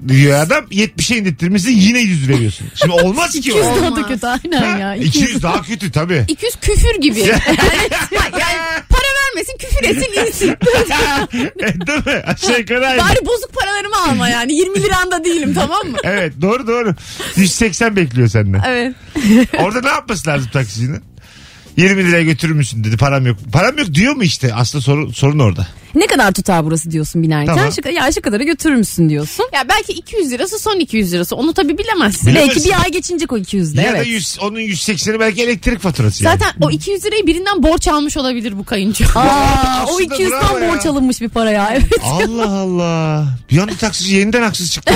diyor adam. 70'e indirttirmişsin yine 100 veriyorsun. Şimdi olmaz ki 200 o. daha da kötü aynen ya. 200 daha kötü tabii. 200 küfür gibi. Yani para vermesin, küfür etsin, insin. Değil mi? Aşağı yukarı aynı. Bari bozuk paralarımı alma yani. 20 liranda değilim, tamam mı? Evet, doğru. 180 bekliyor senden. Evet. Orada ne yapması lazım taksicinin? 20 liraya götürür müsün dedi, param yok. Param yok diyor mu işte, aslında sorun orada. Ne kadar tutar burası diyorsun binerken? Tamam. Şu kadarı götürür müsün diyorsun. Ya belki 200 lirası son 200 lirası. Onu tabii bilemezsin. Bilemezsin. Belki bir ay geçince o 200'de. Ya Evet. da onun 180'i belki elektrik faturası yani. Zaten o 200 lirayı birinden borç almış olabilir bu kayınço. O Aslında 200 bravo tam ya. borç alınmış bir para ya. Evet. Allah Allah. Bir anda taksici yeniden haksız çıktı.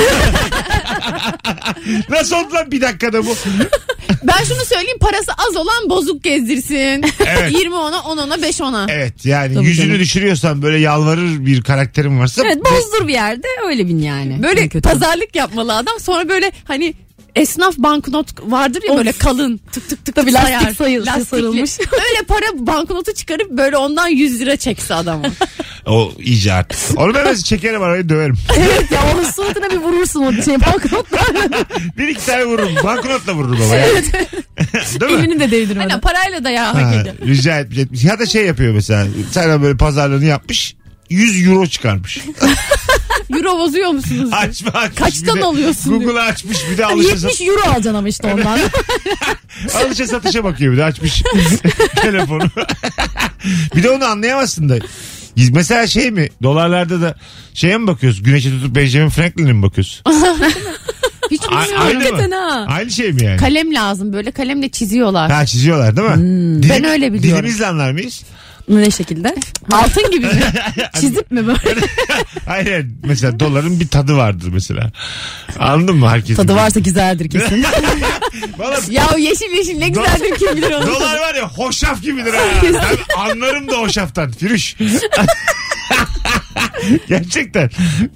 Nasıl oldu lan bir dakikada bu? Ben şunu söyleyeyim, parası az olan bozuk gezdirsin. Evet. 20 ona, 10 ona, 5 ona. Evet yani Tabii yüzünü canım. düşürüyorsan, böyle yalvarır bir karakterin varsa. Evet, bozdur bir yerde öyle bin yani. Böyle En kötü. pazarlık yapmalı adam. Sonra böyle hani esnaf banknot vardır ya, böyle kalın tık tık tık Tabii tık lastik sayar. lastikli sarılmış. Öyle para banknotu çıkarıp böyle ondan 100 lira çekse adamı. O iyice artık. Onu ben mesela çekerim, arayı döverim. Evet ya, onun suratına bir vurursun o banknotlarla. Bir iki tane vururum. Banknotla vururum ama yani. Değil mi? Elini de değdirmeden. Hani parayla da ya Ha, hak ediyor. rica etmiş. Ya da şey yapıyor mesela. Sen böyle pazarlığını yapmış. 100 euro çıkarmış. Euro bozuyor musunuz? Açmış. Kaçtan bir de alıyorsun Google'a açmış, bir de alışa 70 euro alacaksın ama işte ondan. alışa satışa bakıyor, bir de açmış telefonu. Bir de onu anlayamazsın da. Mesela şey mi, dolarlarda da şeye mi bakıyoruz? Güneşe tutup Benjamin Franklin'e mi bakıyoruz? Hiç bilmiyorum. Aynı Hakikaten mı? ha. Aynı şey mi yani? Kalem lazım, böyle kalemle çiziyorlar. Ha, çiziyorlar değil mi? Ben öyle biliyorum. Dilimizle anlar mıyız? Ne şekilde? Altın gibi mi? Çizip mi böyle? Hayır, mesela doların bir tadı vardır mesela. Anladın mı herkesin? Tadı varsa güzeldir kesin. Vallahi Ya o yeşil yeşil ne güzeldir, kim bilir onu. dolar var ya, hoşaf gibidir ha. Ben anlarım da hoşaftan. Firuş. Gerçekten.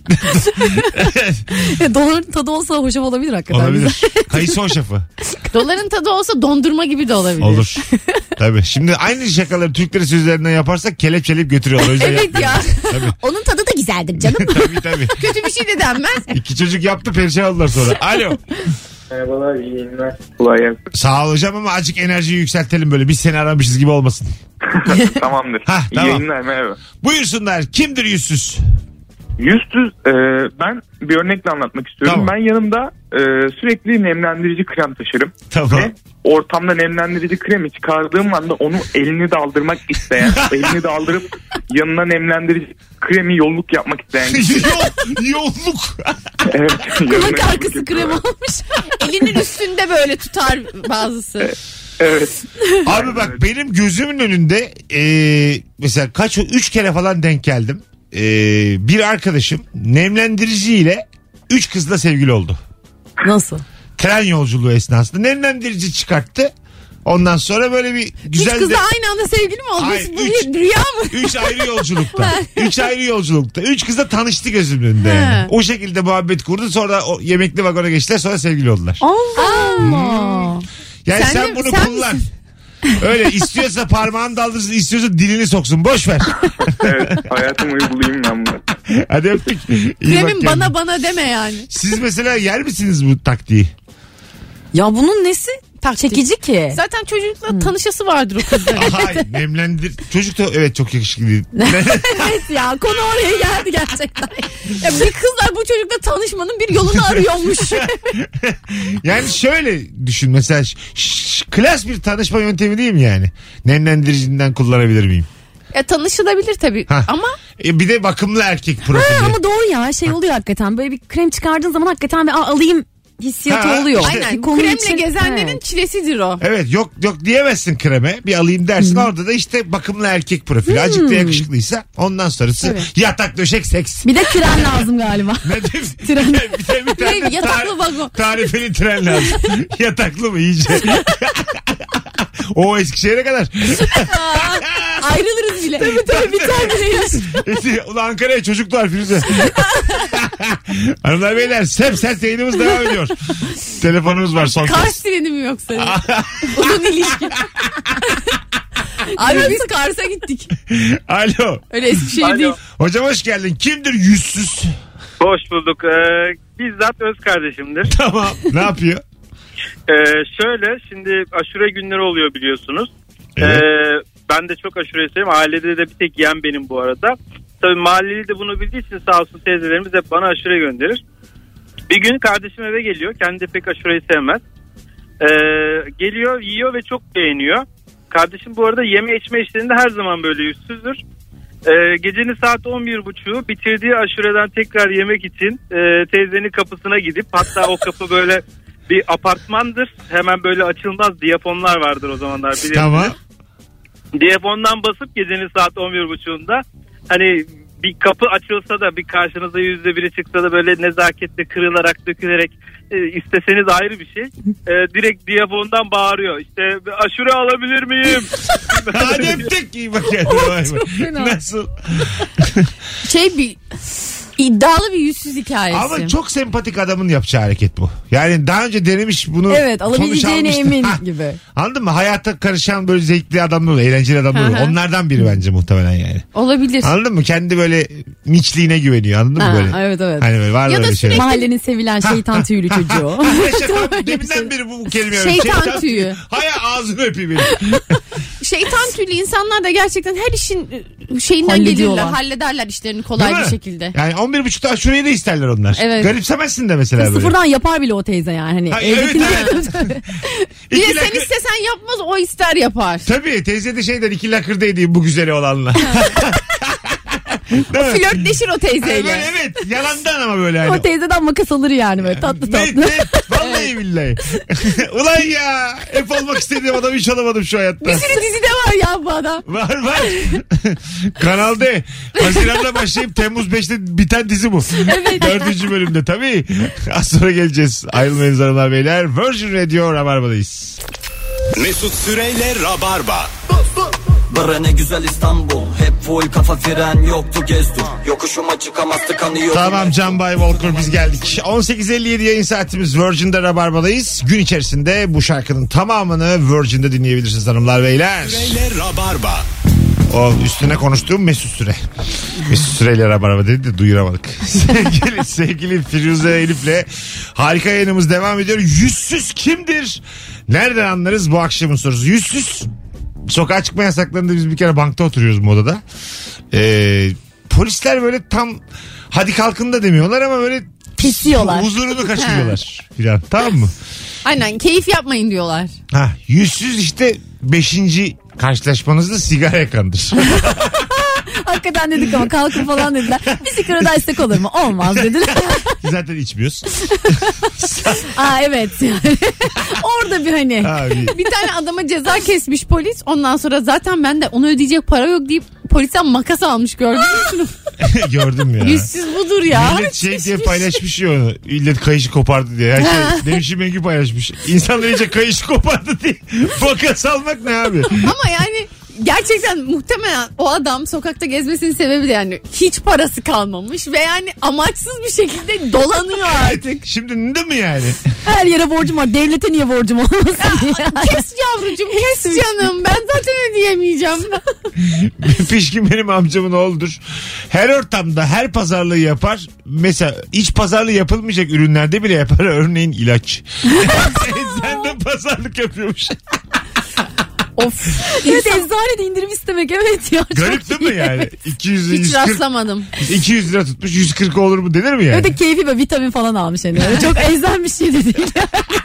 Doların tadı olsa hoşaf olabilir hakikaten. Olabilir. Kayısı hoşafı. Doların tadı olsa dondurma gibi de olabilir. Olur. Tabii. Şimdi aynı şakaları Türkleri sözlerinden yaparsak kelepçeleyip götürüyorlar. O yüzden Evet yapmıyorum. ya. Tabii. Onun tadı da güzeldir canım. Tabii. Kötü bir şey de denmez. 2 çocuk yaptı, perişan oldular sonra. Alo. Merhabalar, iyi yayınlar. Kolay gelsin. Sağ ol hocam ama azıcık enerjiyi yükseltelim, böyle biz seni aramışız gibi olmasın. Tamamdır. Hah, İyi tamam. yayınlar, merhaba. Buyursunlar. Kimdir yüzsüz? Yüzsüz ben bir örnekle anlatmak istiyorum. Tamam. Ben yanımda sürekli nemlendirici krem taşırım. Tamam. Ve ortamda nemlendirici kremi çıkardığım anda onu elini daldırmak isteyen, elini daldırıp yanına nemlendirici kremi yolluk yapmak isteyen kişi. Yolluk. Evet, yanına Kulak yolluk arkası yapıyor. krem olmuş. Elinin üstünde böyle tutar bazısı. Evet. Abi bak, benim gözümün önünde mesela 3 kere falan denk geldim. Bir arkadaşım nemlendiriciyle 3 kızla sevgili oldu. Nasıl? Tren yolculuğu esnasında nemlendirici çıkarttı. Ondan sonra böyle bir güzel Üç kızla aynı anda sevgili mi oldu? Hayır, Bu üç. bir rüya mı? 3 ayrı yolculukta. 3 ayrı yolculukta. 3 kızla tanıştı gözümün önünde yani. He. O şekilde muhabbet kurdu. Sonra o yemekli vagona geçtiler. Sonra sevgili oldular. Allah Allah. Yani Sen sen de- bunu sen kullan. Öyle istiyorsa parmağını daldırsın, istiyorsa dilini soksun. Boş ver. Evet, hayatımı uygulayayım ben bunu. Hadi öptük. İyi bak Kremin kendine. bana deme yani. Siz mesela yer misiniz bu taktiği? Ya bunun nesi çekici ki? Zaten çocukla tanışası vardır o kızların. Hayır, nemlendir. Çocuk da evet çok yakışıklı değil. Evet ya, konu oraya geldi gerçekten. Ya bir kızlar bu çocukla tanışmanın bir yolunu arıyormuş. Yani şöyle düşün mesela, klas bir tanışma yöntemi değil mi yani? Nemlendiricinden kullanabilir miyim? Ya tanışılabilir tabii Hah. ama Bir de bakımlı erkek profili. Ama doğru ya, şey oluyor hakikaten. Böyle bir krem çıkardığın zaman hakikaten bir alayım hissiyatı Ha, oluyor. işte. aynen Bir konu kremle için- gezenlerin Evet. çilesidir o. Evet, yok diyemezsin kreme, bir alayım dersin. Orada da işte bakımlı erkek profili. Azıcık da yakışıklıysa ondan sonrası yatak döşek seks. Bir de tren lazım galiba. Ne diyeyim? Tren. Bir tane Yataklı vagon. tarifeli tren lazım. Yataklı mı iyice? O Eskişehir'e kadar. Ayrılırız bile. Tabii biter bile. Ulan Ankara'ya çocuk var Firuze. Hanımlar beyler, sert yayınımız devam ediyor. Telefonumuz var son Kars kez. treni mi yoksa? Uzun ilişki. Abi biz Kars'a gittik. Alo. Öyle Eskişehir değil. Hocam hoş geldin. Kimdir yüzsüz? Hoş bulduk. Bizzat öz kardeşimdir. Tamam. Ne yapıyor? Şöyle şimdi aşure günleri oluyor biliyorsunuz. Evet. Ben de çok aşure severim. Ailede de bir tek yiyen benim bu arada. Tabii mahalleli de bunu bildiği için sağ olsun teyzelerimiz hep bana aşure gönderir. Bir gün kardeşim eve geliyor. Kendi pek aşureyi sevmez. Geliyor, yiyor ve çok beğeniyor. Kardeşim bu arada yeme içme işlerinde her zaman böyle yüzsüzdür. Gecenin saat 11.30'u bitirdiği aşureden tekrar yemek için teyzenin kapısına gidip, hatta o kapı böyle bir apartmandır. Hemen böyle açılmaz diyafonlar vardır o zamanlar bilirsiniz. Tamam. Diyafondan basıp gecenin saat 11.30'unda hani bir kapı açılsa da bir karşınıza yüzde biri çıksa da böyle nezaketle kırılarak dökülerek isteseniz ayrı bir şey. Direkt diyafondan bağırıyor. İşte aşure alabilir miyim? Hadi öptük. İyi bak kendine. Nasıl? Bir iddialı bir yüzsüz hikayesi. Ama çok sempatik adamın yapacağı hareket bu. Yani daha önce denemiş bunu. Evet, alabileceğine emin gibi. Anladın mı? Hayata karışan böyle zevkli adamlar oluyor. Eğlenceli adamlar oluyor. Onlardan biri bence muhtemelen yani. Olabilir. Anladın mı? Kendi böyle miçliğine güveniyor. Anladın mı böyle? Evet evet. Hani böyle var Ya da öyle şeyler. Mahallenin sevilen şeytan tüylü çocuğu. Deminden beri bu kelime. Şeytan tüyü. Hay ağzını öpeyim benim. Şeytan tüylü insanlar da gerçekten her işin şeyinden Hallediyorlar. gelirler. Hallederler işlerini kolay Değil bir mi? şekilde. Yani 11.30'da aşureyi de isterler onlar. Evet. Garipsemezsin de mesela böyle. Sıfırdan yapar bile o teyze yani. Hani Ha, evet, Bir de İki sen lakır- istesen yapmaz, o ister yapar. Tabii teyze de şeyden 2 lakırda edeyim bu güzeli olanla. Değil mi? Flörtleşir o teyzeyle. Böyle evet yalandan ama böyle hani. O teyzeden makas alır yani böyle tatlı tatlı. Net vallahi billahi. Ulan ya hep olmak istediğim adam hiç olamadım şu hayatta. Bir sürü dizide var ya bu adam. Var. Kanal D. Haziran'da başlayıp Temmuz 5'te biten dizi bu. Evet. 4. bölümde tabii. Az sonra geleceğiz. Ayrılmayınız hanımlar beyler. Virgin Radio Rabarba'dayız. Mesut Süreyle Rabarba. Bıra ne güzel İstanbul. Hep full kafa fren yoktu gezdim. Yokuşuma çıkamaz tıkanıyordum. Tamam Can Bay Walker biz geldik. 18.57 yayın saatimiz Virgin'de Rabarba'dayız. Gün içerisinde bu şarkının tamamını Virgin'de dinleyebilirsiniz hanımlar beyler. Süreyle Rabarba. O üstüne konuştuğum Mesut Süre. Mesut Süre ile Rabarba dedi de duyuramadık. sevgili Firuze Elif'le harika yayınımız devam ediyor. Yüzsüz kimdir? Nereden anlarız bu akşamın sorusu? Yüzsüz. Sokağa çıkma yasaklarında biz bir kere bankta oturuyoruz bu odada. Polisler böyle tam hadi kalkın da demiyorlar ama böyle Kesiyorlar. huzurunu kaçırıyorlar filan, tamam mı? Aynen, keyif yapmayın diyorlar. Yüzsüz işte 5. karşılaşmanızda sigara yakandır. Hakikaten dedik ama kalkın falan dediler. Bir sigara da içsek olur mu? Olmaz dediler. Zaten içmiyoruz. Evet yani. Orada bir hani. Abi. Bir tane adama ceza kesmiş polis. Ondan sonra zaten ben de onu ödeyecek para yok deyip polisten makas almış, gördünüz mü? Gördüm ya. Yüzsüz budur ya. Millet şey diye paylaşmış ya onu. Millet kayışı kopardı diye. Her şey Nevşin Mengü paylaşmış. İnsanlar iyice kayışı kopardı diye. Makas almak ne abi? Ama yani gerçekten muhtemelen o adam sokakta gezmesinin sebebi de yani hiç parası kalmamış ve yani amaçsız bir şekilde dolanıyor artık. Şimdi değil mi yani? Her yere borcum var. Devlete niye borcum olmasın diye. Kes yavrucuğum, kes canım, ben zaten ödeyemeyeceğim. Pişkin benim amcamın oğludur. Her ortamda her pazarlığı yapar. Mesela iç pazarlığı yapılmayacak ürünlerde bile yapar. Örneğin ilaç. Sen de pazarlık yapıyormuş. Of. Evet, eczanede indirim istemek, evet ya. Garip değil mi yani? 200 Hiç 140, rastlamadım. 200 lira tutmuş, 140 olur mu denir mi yani? Evet de keyfi ve vitamin falan almış hani. Öyle çok elzem bir şey de değil.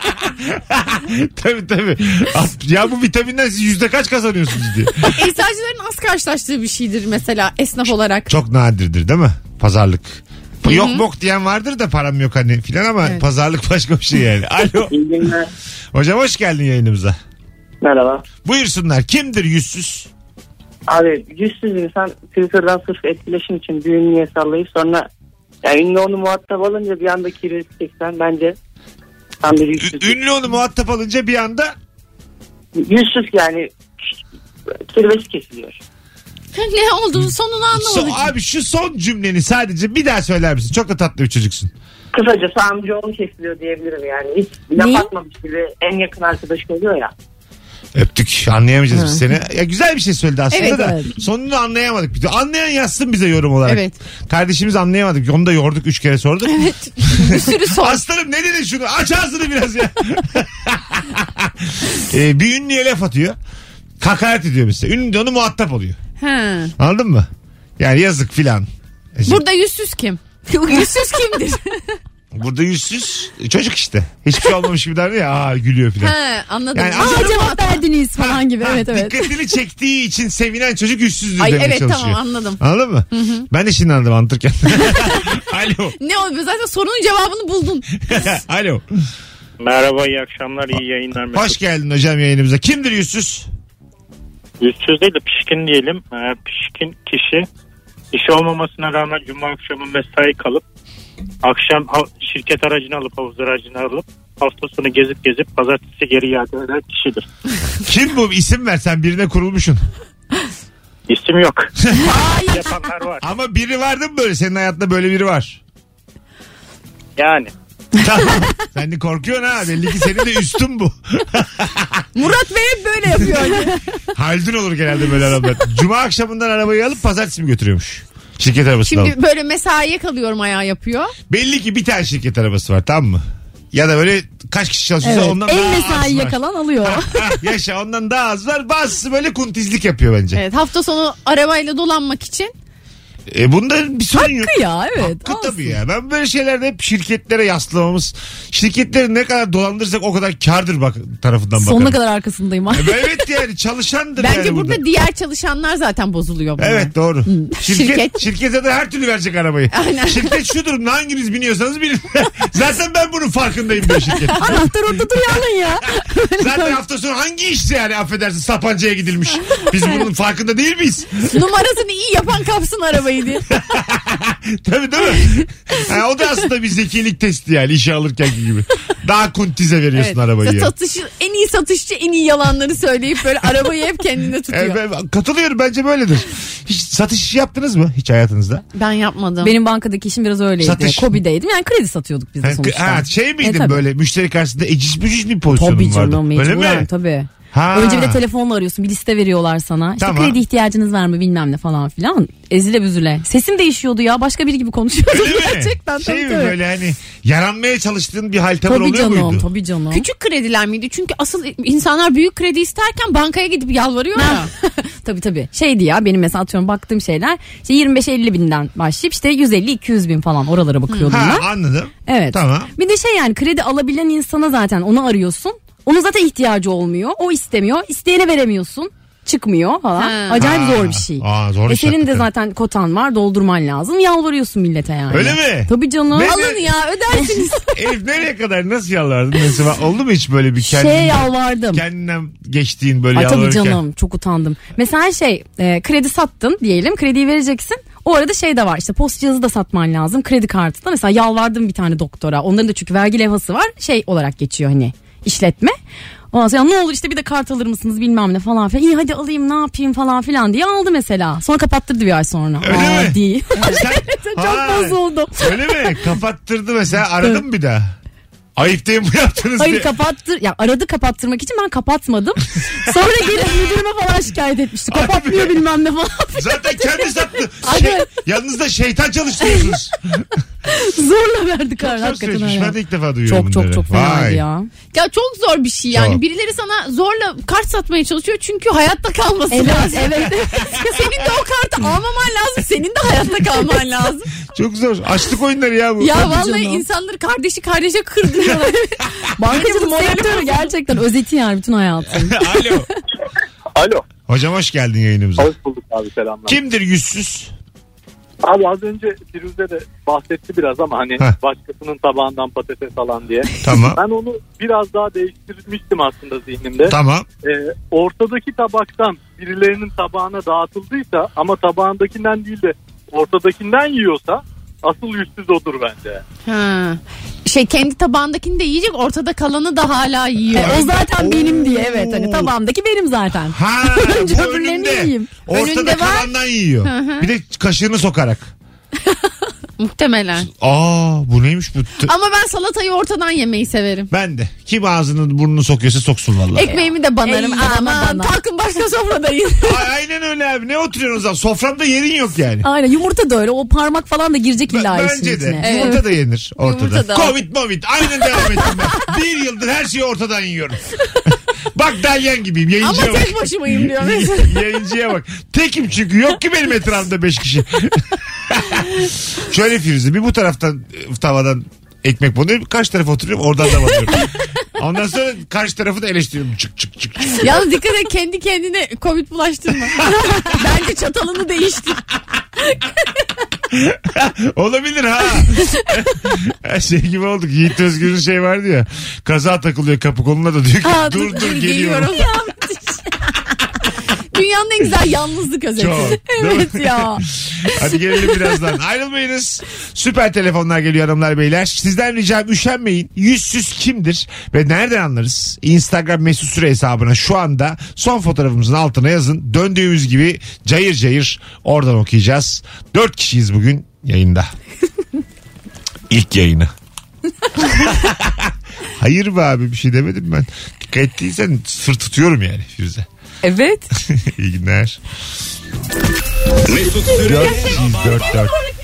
Tabii. Ya bu vitaminden siz yüzde kaç kazanıyorsunuz diye. Eczacıların az karşılaştığı bir şeydir mesela esnaf olarak. Çok nadirdir değil mi? Pazarlık. Yok bok diyen vardır da param yok hani filan ama Evet. pazarlık başka bir şey yani. Alo. İyi günler. Hocam hoş geldin yayınımıza. Merhaba. Buyursunlar. Kimdir yüzsüz? Abi yüzsüz insan Twitter'dan sırf etkileşim için bir ünlüye sallayıp sonra yani ünlü onu muhatap alınca bir anda kirli çeksen bence tam bir yüzsüz. Ünlü onu muhatap alınca bir anda Yüzsüz yani kirvesi kesiliyor. Ne olduğunu sonunu anlamadık. abi şu son cümleni sadece bir daha söyler misin? Çok da tatlı bir çocuksun. Kısacası amcaoğlu kesiliyor diyebilirim yani. Hiç laf atmamış gibi en yakın arkadaş oluyor ya. Öptük. Anlayamayacağız biz seni. Ya güzel bir şey söyledi aslında Evet, da. evet. Sonunu anlayamadık. Bir de anlayan yazsın bize yorum olarak. Evet. Kardeşimiz anlayamadık. Onu da yorduk 3 kere sorduk. Evet. Bir sürü sor. Aslanım ne dedin şunu? Aç ağzını biraz ya. Bir ünlüye laf atıyor. Hakaret ediyor mesela. Ünlü de onu muhatap oluyor. Ha. Anladın mı? Yani yazık filan. Burada yüzsüz kim? Yüzsüz kimdir? Burada yüzsüz çocuk işte. Hiçbir şey olmamış gibi davranıyor ya. Aa, gülüyor filan. Ha, anladım. Yani Aa cevap verdiniz falan gibi. Evet evet. Dikkatini çektiği için sevinen çocuk yüzsüzdür Ay demeye evet çalışıyor. tamam anladım. Anladın mı? Ben de şimdi anladım anlatırken. Alo. Ne oldu? Zaten sorunun cevabını buldun. Alo. Merhaba, iyi akşamlar, iyi yayınlar. Mesut. Hoş geldin hocam yayınımıza. Kimdir yüzsüz? Yüzsüz değil de pişkin diyelim. Pişkin kişi işi olmamasına rağmen cuma akşamı mesai kalıp akşam şirket aracını alıp havuz aracını alıp hafta sonu gezip pazartesi geri iade eden kişidir. Kim bu? İsim versen birine kurulmuşsun. İsim yok. Yapanlar var. Ama biri vardı mı böyle? Senin hayatında böyle biri var. Yani. Tamam. Sen de korkuyorsun ha. Belli ki senin de üstün bu. Murat Bey hep böyle yapıyor. Haldun olur genelde böyle arabalar. Cuma akşamından arabayı alıp pazartesi mi götürüyormuş? Şirket arabasını alıp. Şimdi böyle mesaiye kalıyorum ayağı yapıyor. Belli ki bir tane şirket arabası var, tamam mı? Ya da böyle kaç kişi çalışıyorsa Evet. ondan En daha az mesai var. yakalan alıyor. Yaşa, ondan daha az var. Bazısı böyle kuntizlik yapıyor bence. Evet, hafta sonu arabayla dolanmak için. Bunda bir sorun yok. Hakkı ya evet. Hakkı olsun. tabii ya. Ben böyle şeylerde hep şirketlere yaslamamız. Şirketleri ne kadar dolandırırsak o kadar kârdır bak tarafından bakarım. Sonuna kadar arkasındayım. Evet yani çalışandır Bence yani burada diğer çalışanlar zaten bozuluyor. Bunlar. Evet doğru. Şirket. Şirkete de her türlü verecek arabayı. Aynen. Şirket şu durumda, hanginiz biniyorsanız binin. Zaten ben bunun farkındayım diyor şirket. Anahtar orada duruyor alın ya. Zaten hafta sonu hangi işse yani affedersin Sapanca'ya gidilmiş. Biz bunun farkında değil miyiz? Numarasını iyi yapan kapsın arabayı diye. Tabii değil mi? Ha, o da aslında bir zekilik testi yani işe alırken gibi. Daha kuntize veriyorsun Evet. arabayı ya. En iyi satışçı en iyi yalanları söyleyip böyle arabayı hep kendine tutuyor. Ben katılıyorum, bence böyledir. Hiç satış işi yaptınız mı hiç hayatınızda? Ben yapmadım. Benim bankadaki işim biraz öyleydi. Satış. KOBİ'deydim. Yani kredi satıyorduk biz de sonuçta. Şey miydin tabii. böyle müşteri karşısında eciş bücüş bir pozisyonun Tabii vardı? canım Öyle mecburen mi? tabii. Ha. Önce bir de telefonla arıyorsun, bir liste veriyorlar sana. İşte Tamam. kredi ihtiyacınız var mı bilmem ne falan filan. Ezile büzüle. Sesim değişiyordu ya, başka biri gibi konuşuyordum Öyle mi? gerçekten. Şey mi tabii. böyle hani yaranmaya çalıştığın bir hal tavır Tabii oluyor canım, muydu? tabii canım. Küçük krediler miydi? Çünkü asıl insanlar büyük kredi isterken bankaya gidip yalvarıyor ya. Tabii. Şeydi ya, benim mesela atıyorum baktığım şeyler işte 25-50 binden başlayıp işte 150-200 bin falan oralara bakıyordum Ha, ben. anladım. Evet. Tamam. Bir de şey yani kredi alabilen insana zaten onu arıyorsun. Onun zaten ihtiyacı olmuyor. O istemiyor. İsteyene veremiyorsun. Çıkmıyor falan. Ha. Acayip Ha. zor bir şey. Zor iş Senin de hakikaten. zaten kotan var, doldurman lazım. Yalvarıyorsun millete yani. Öyle mi? Tabii canım. Alın ya ödersiniz. Elif nereye kadar nasıl yalvardın? Mesela oldu mu hiç böyle bir Yalvardım. kendinden geçtiğin böyle Ay tabii yalvarırken? canım, çok utandım. Mesela kredi sattın diyelim, krediyi vereceksin. O arada şey de var, işte post cihazı da satman lazım, kredi kartı da. Mesela yalvardım bir tane doktora. Onların da çünkü vergi levhası var, şey olarak geçiyor hani, işletme. Ondan sonra ne olur işte bir de kart alır mısınız bilmem ne falan filan. İyi hadi alayım, ne yapayım falan filan diye aldı mesela. Sonra kapattırdı bir ay sonra. Öyle mi? Değil. Sen- Çok Ha, bozuldum. Öyle mi? Kapattırdı mesela, aradın mı bir daha? Ayıp değil mi bu yaptınız Hayır diye. ya aradı kapattırmak için, ben kapatmadım. Sonra gelip müdürüme falan şikayet etmişti. Kapatmıyor bilmem ne falan. Zaten kendi sattı. Ay, Yanınızda şeytan çalıştırıyorsunuz. Zorla verdi karar Çok hakikaten süreçmiş. öyle. Ben de ilk defa duyuyorum bunları. Çok fenaydı Vay. ya. Ya çok zor bir şey yani. Çok. Birileri sana zorla kart satmaya çalışıyor çünkü hayatta kalması Evet, lazım. evet. Senin de o kartı almaman lazım. Senin de hayatta kalman lazım. Çok zor. Açlık oyunları ya bu. Ya Tabii vallahi canım. insanları kardeşi kardeşe kırdırıyorlar. Bankacılık sektörü gerçekten özeti yani bütün hayatın. Alo. Alo. Hocam hoş geldin yayınımıza. Hoş bulduk abi, selamlar. Kimdir yüzsüz? Abi az önce Firuze de bahsetti biraz ama hani Heh. başkasının tabağından patates alan diye. Tamam. Ben onu biraz daha değiştirmiştim aslında zihnimde. Tamam. Ortadaki tabaktan birilerinin tabağına dağıtıldıysa ama tabağındakinden değil de ortadakinden yiyorsa asıl yüzsüz odur bence. Ha. Kendi tabağındakini de yiyecek, ortada kalanı da hala yiyor. O zaten benim diye, evet, hani tabağımdaki benim zaten. Ha, Önce bu öbürlerini önünde. yiyeyim. Ortada Önünde var. kalandan yiyor. Bir de kaşığını sokarak. Muhtemelen. Bu neymiş bu? Ama ben salatayı ortadan yemeyi severim. Ben de. Kim ağzını burnunu sokuyorsa soksun vallahi. Ekmeğimi de banarım. Aman kalkın başka sofrada yiyin. Aynen öyle abi. Ne oturuyorsunuz abi? Soframda yerin yok yani. Aynen, yumurta da öyle. O parmak falan da girecek illa işin Bence içine. de. Yumurta da yenir ortada. Yumurta da. Covid. Aynen devam ettim ben. 1 yıldır her şeyi ortadan yiyorum. Bak Dalyan gibiyim. Yayıncıya Ama bak. tek başımayım diyor mesela. Yayıncıya bak. Tekim çünkü. Yok ki benim etrafımda 5 kişi. Şöyle Firuze, bir bu taraftan tavadan ekmek banıyorum. Karşı tarafa oturuyorum, oradan da banıyorum. Ondan sonra karşı tarafı da eleştiriyorum. Çık. Yalnız dikkat et, kendi kendine Covid bulaştırma. Bence çatalını değiştir. Olabilir ha. Şey gibi olduk. Yiğit Özgür'ün şey vardı ya. Kaza takılıyor kapı koluna da diyor ki dur geliyorum. Dünyanın en güzel yalnızlık özeti. Çok. Evet ya. Hadi gelelim birazdan. Ayrılmayınız. Süper telefonlar geliyor hanımlar beyler. Sizden ricam üşenmeyin. Yüzsüz kimdir ve nereden anlarız? Instagram Mesut Süre hesabına şu anda son fotoğrafımızın altına yazın. Döndüğümüz gibi cayır cayır oradan okuyacağız. 4 kişiyiz bugün yayında. İlk yayını. Hayır be abi, bir şey demedim ben. Dikkat ettiysen sır tutuyorum yani Firuze. Evet. İyi günler. Mesut Süre 4 kişiyiz 4.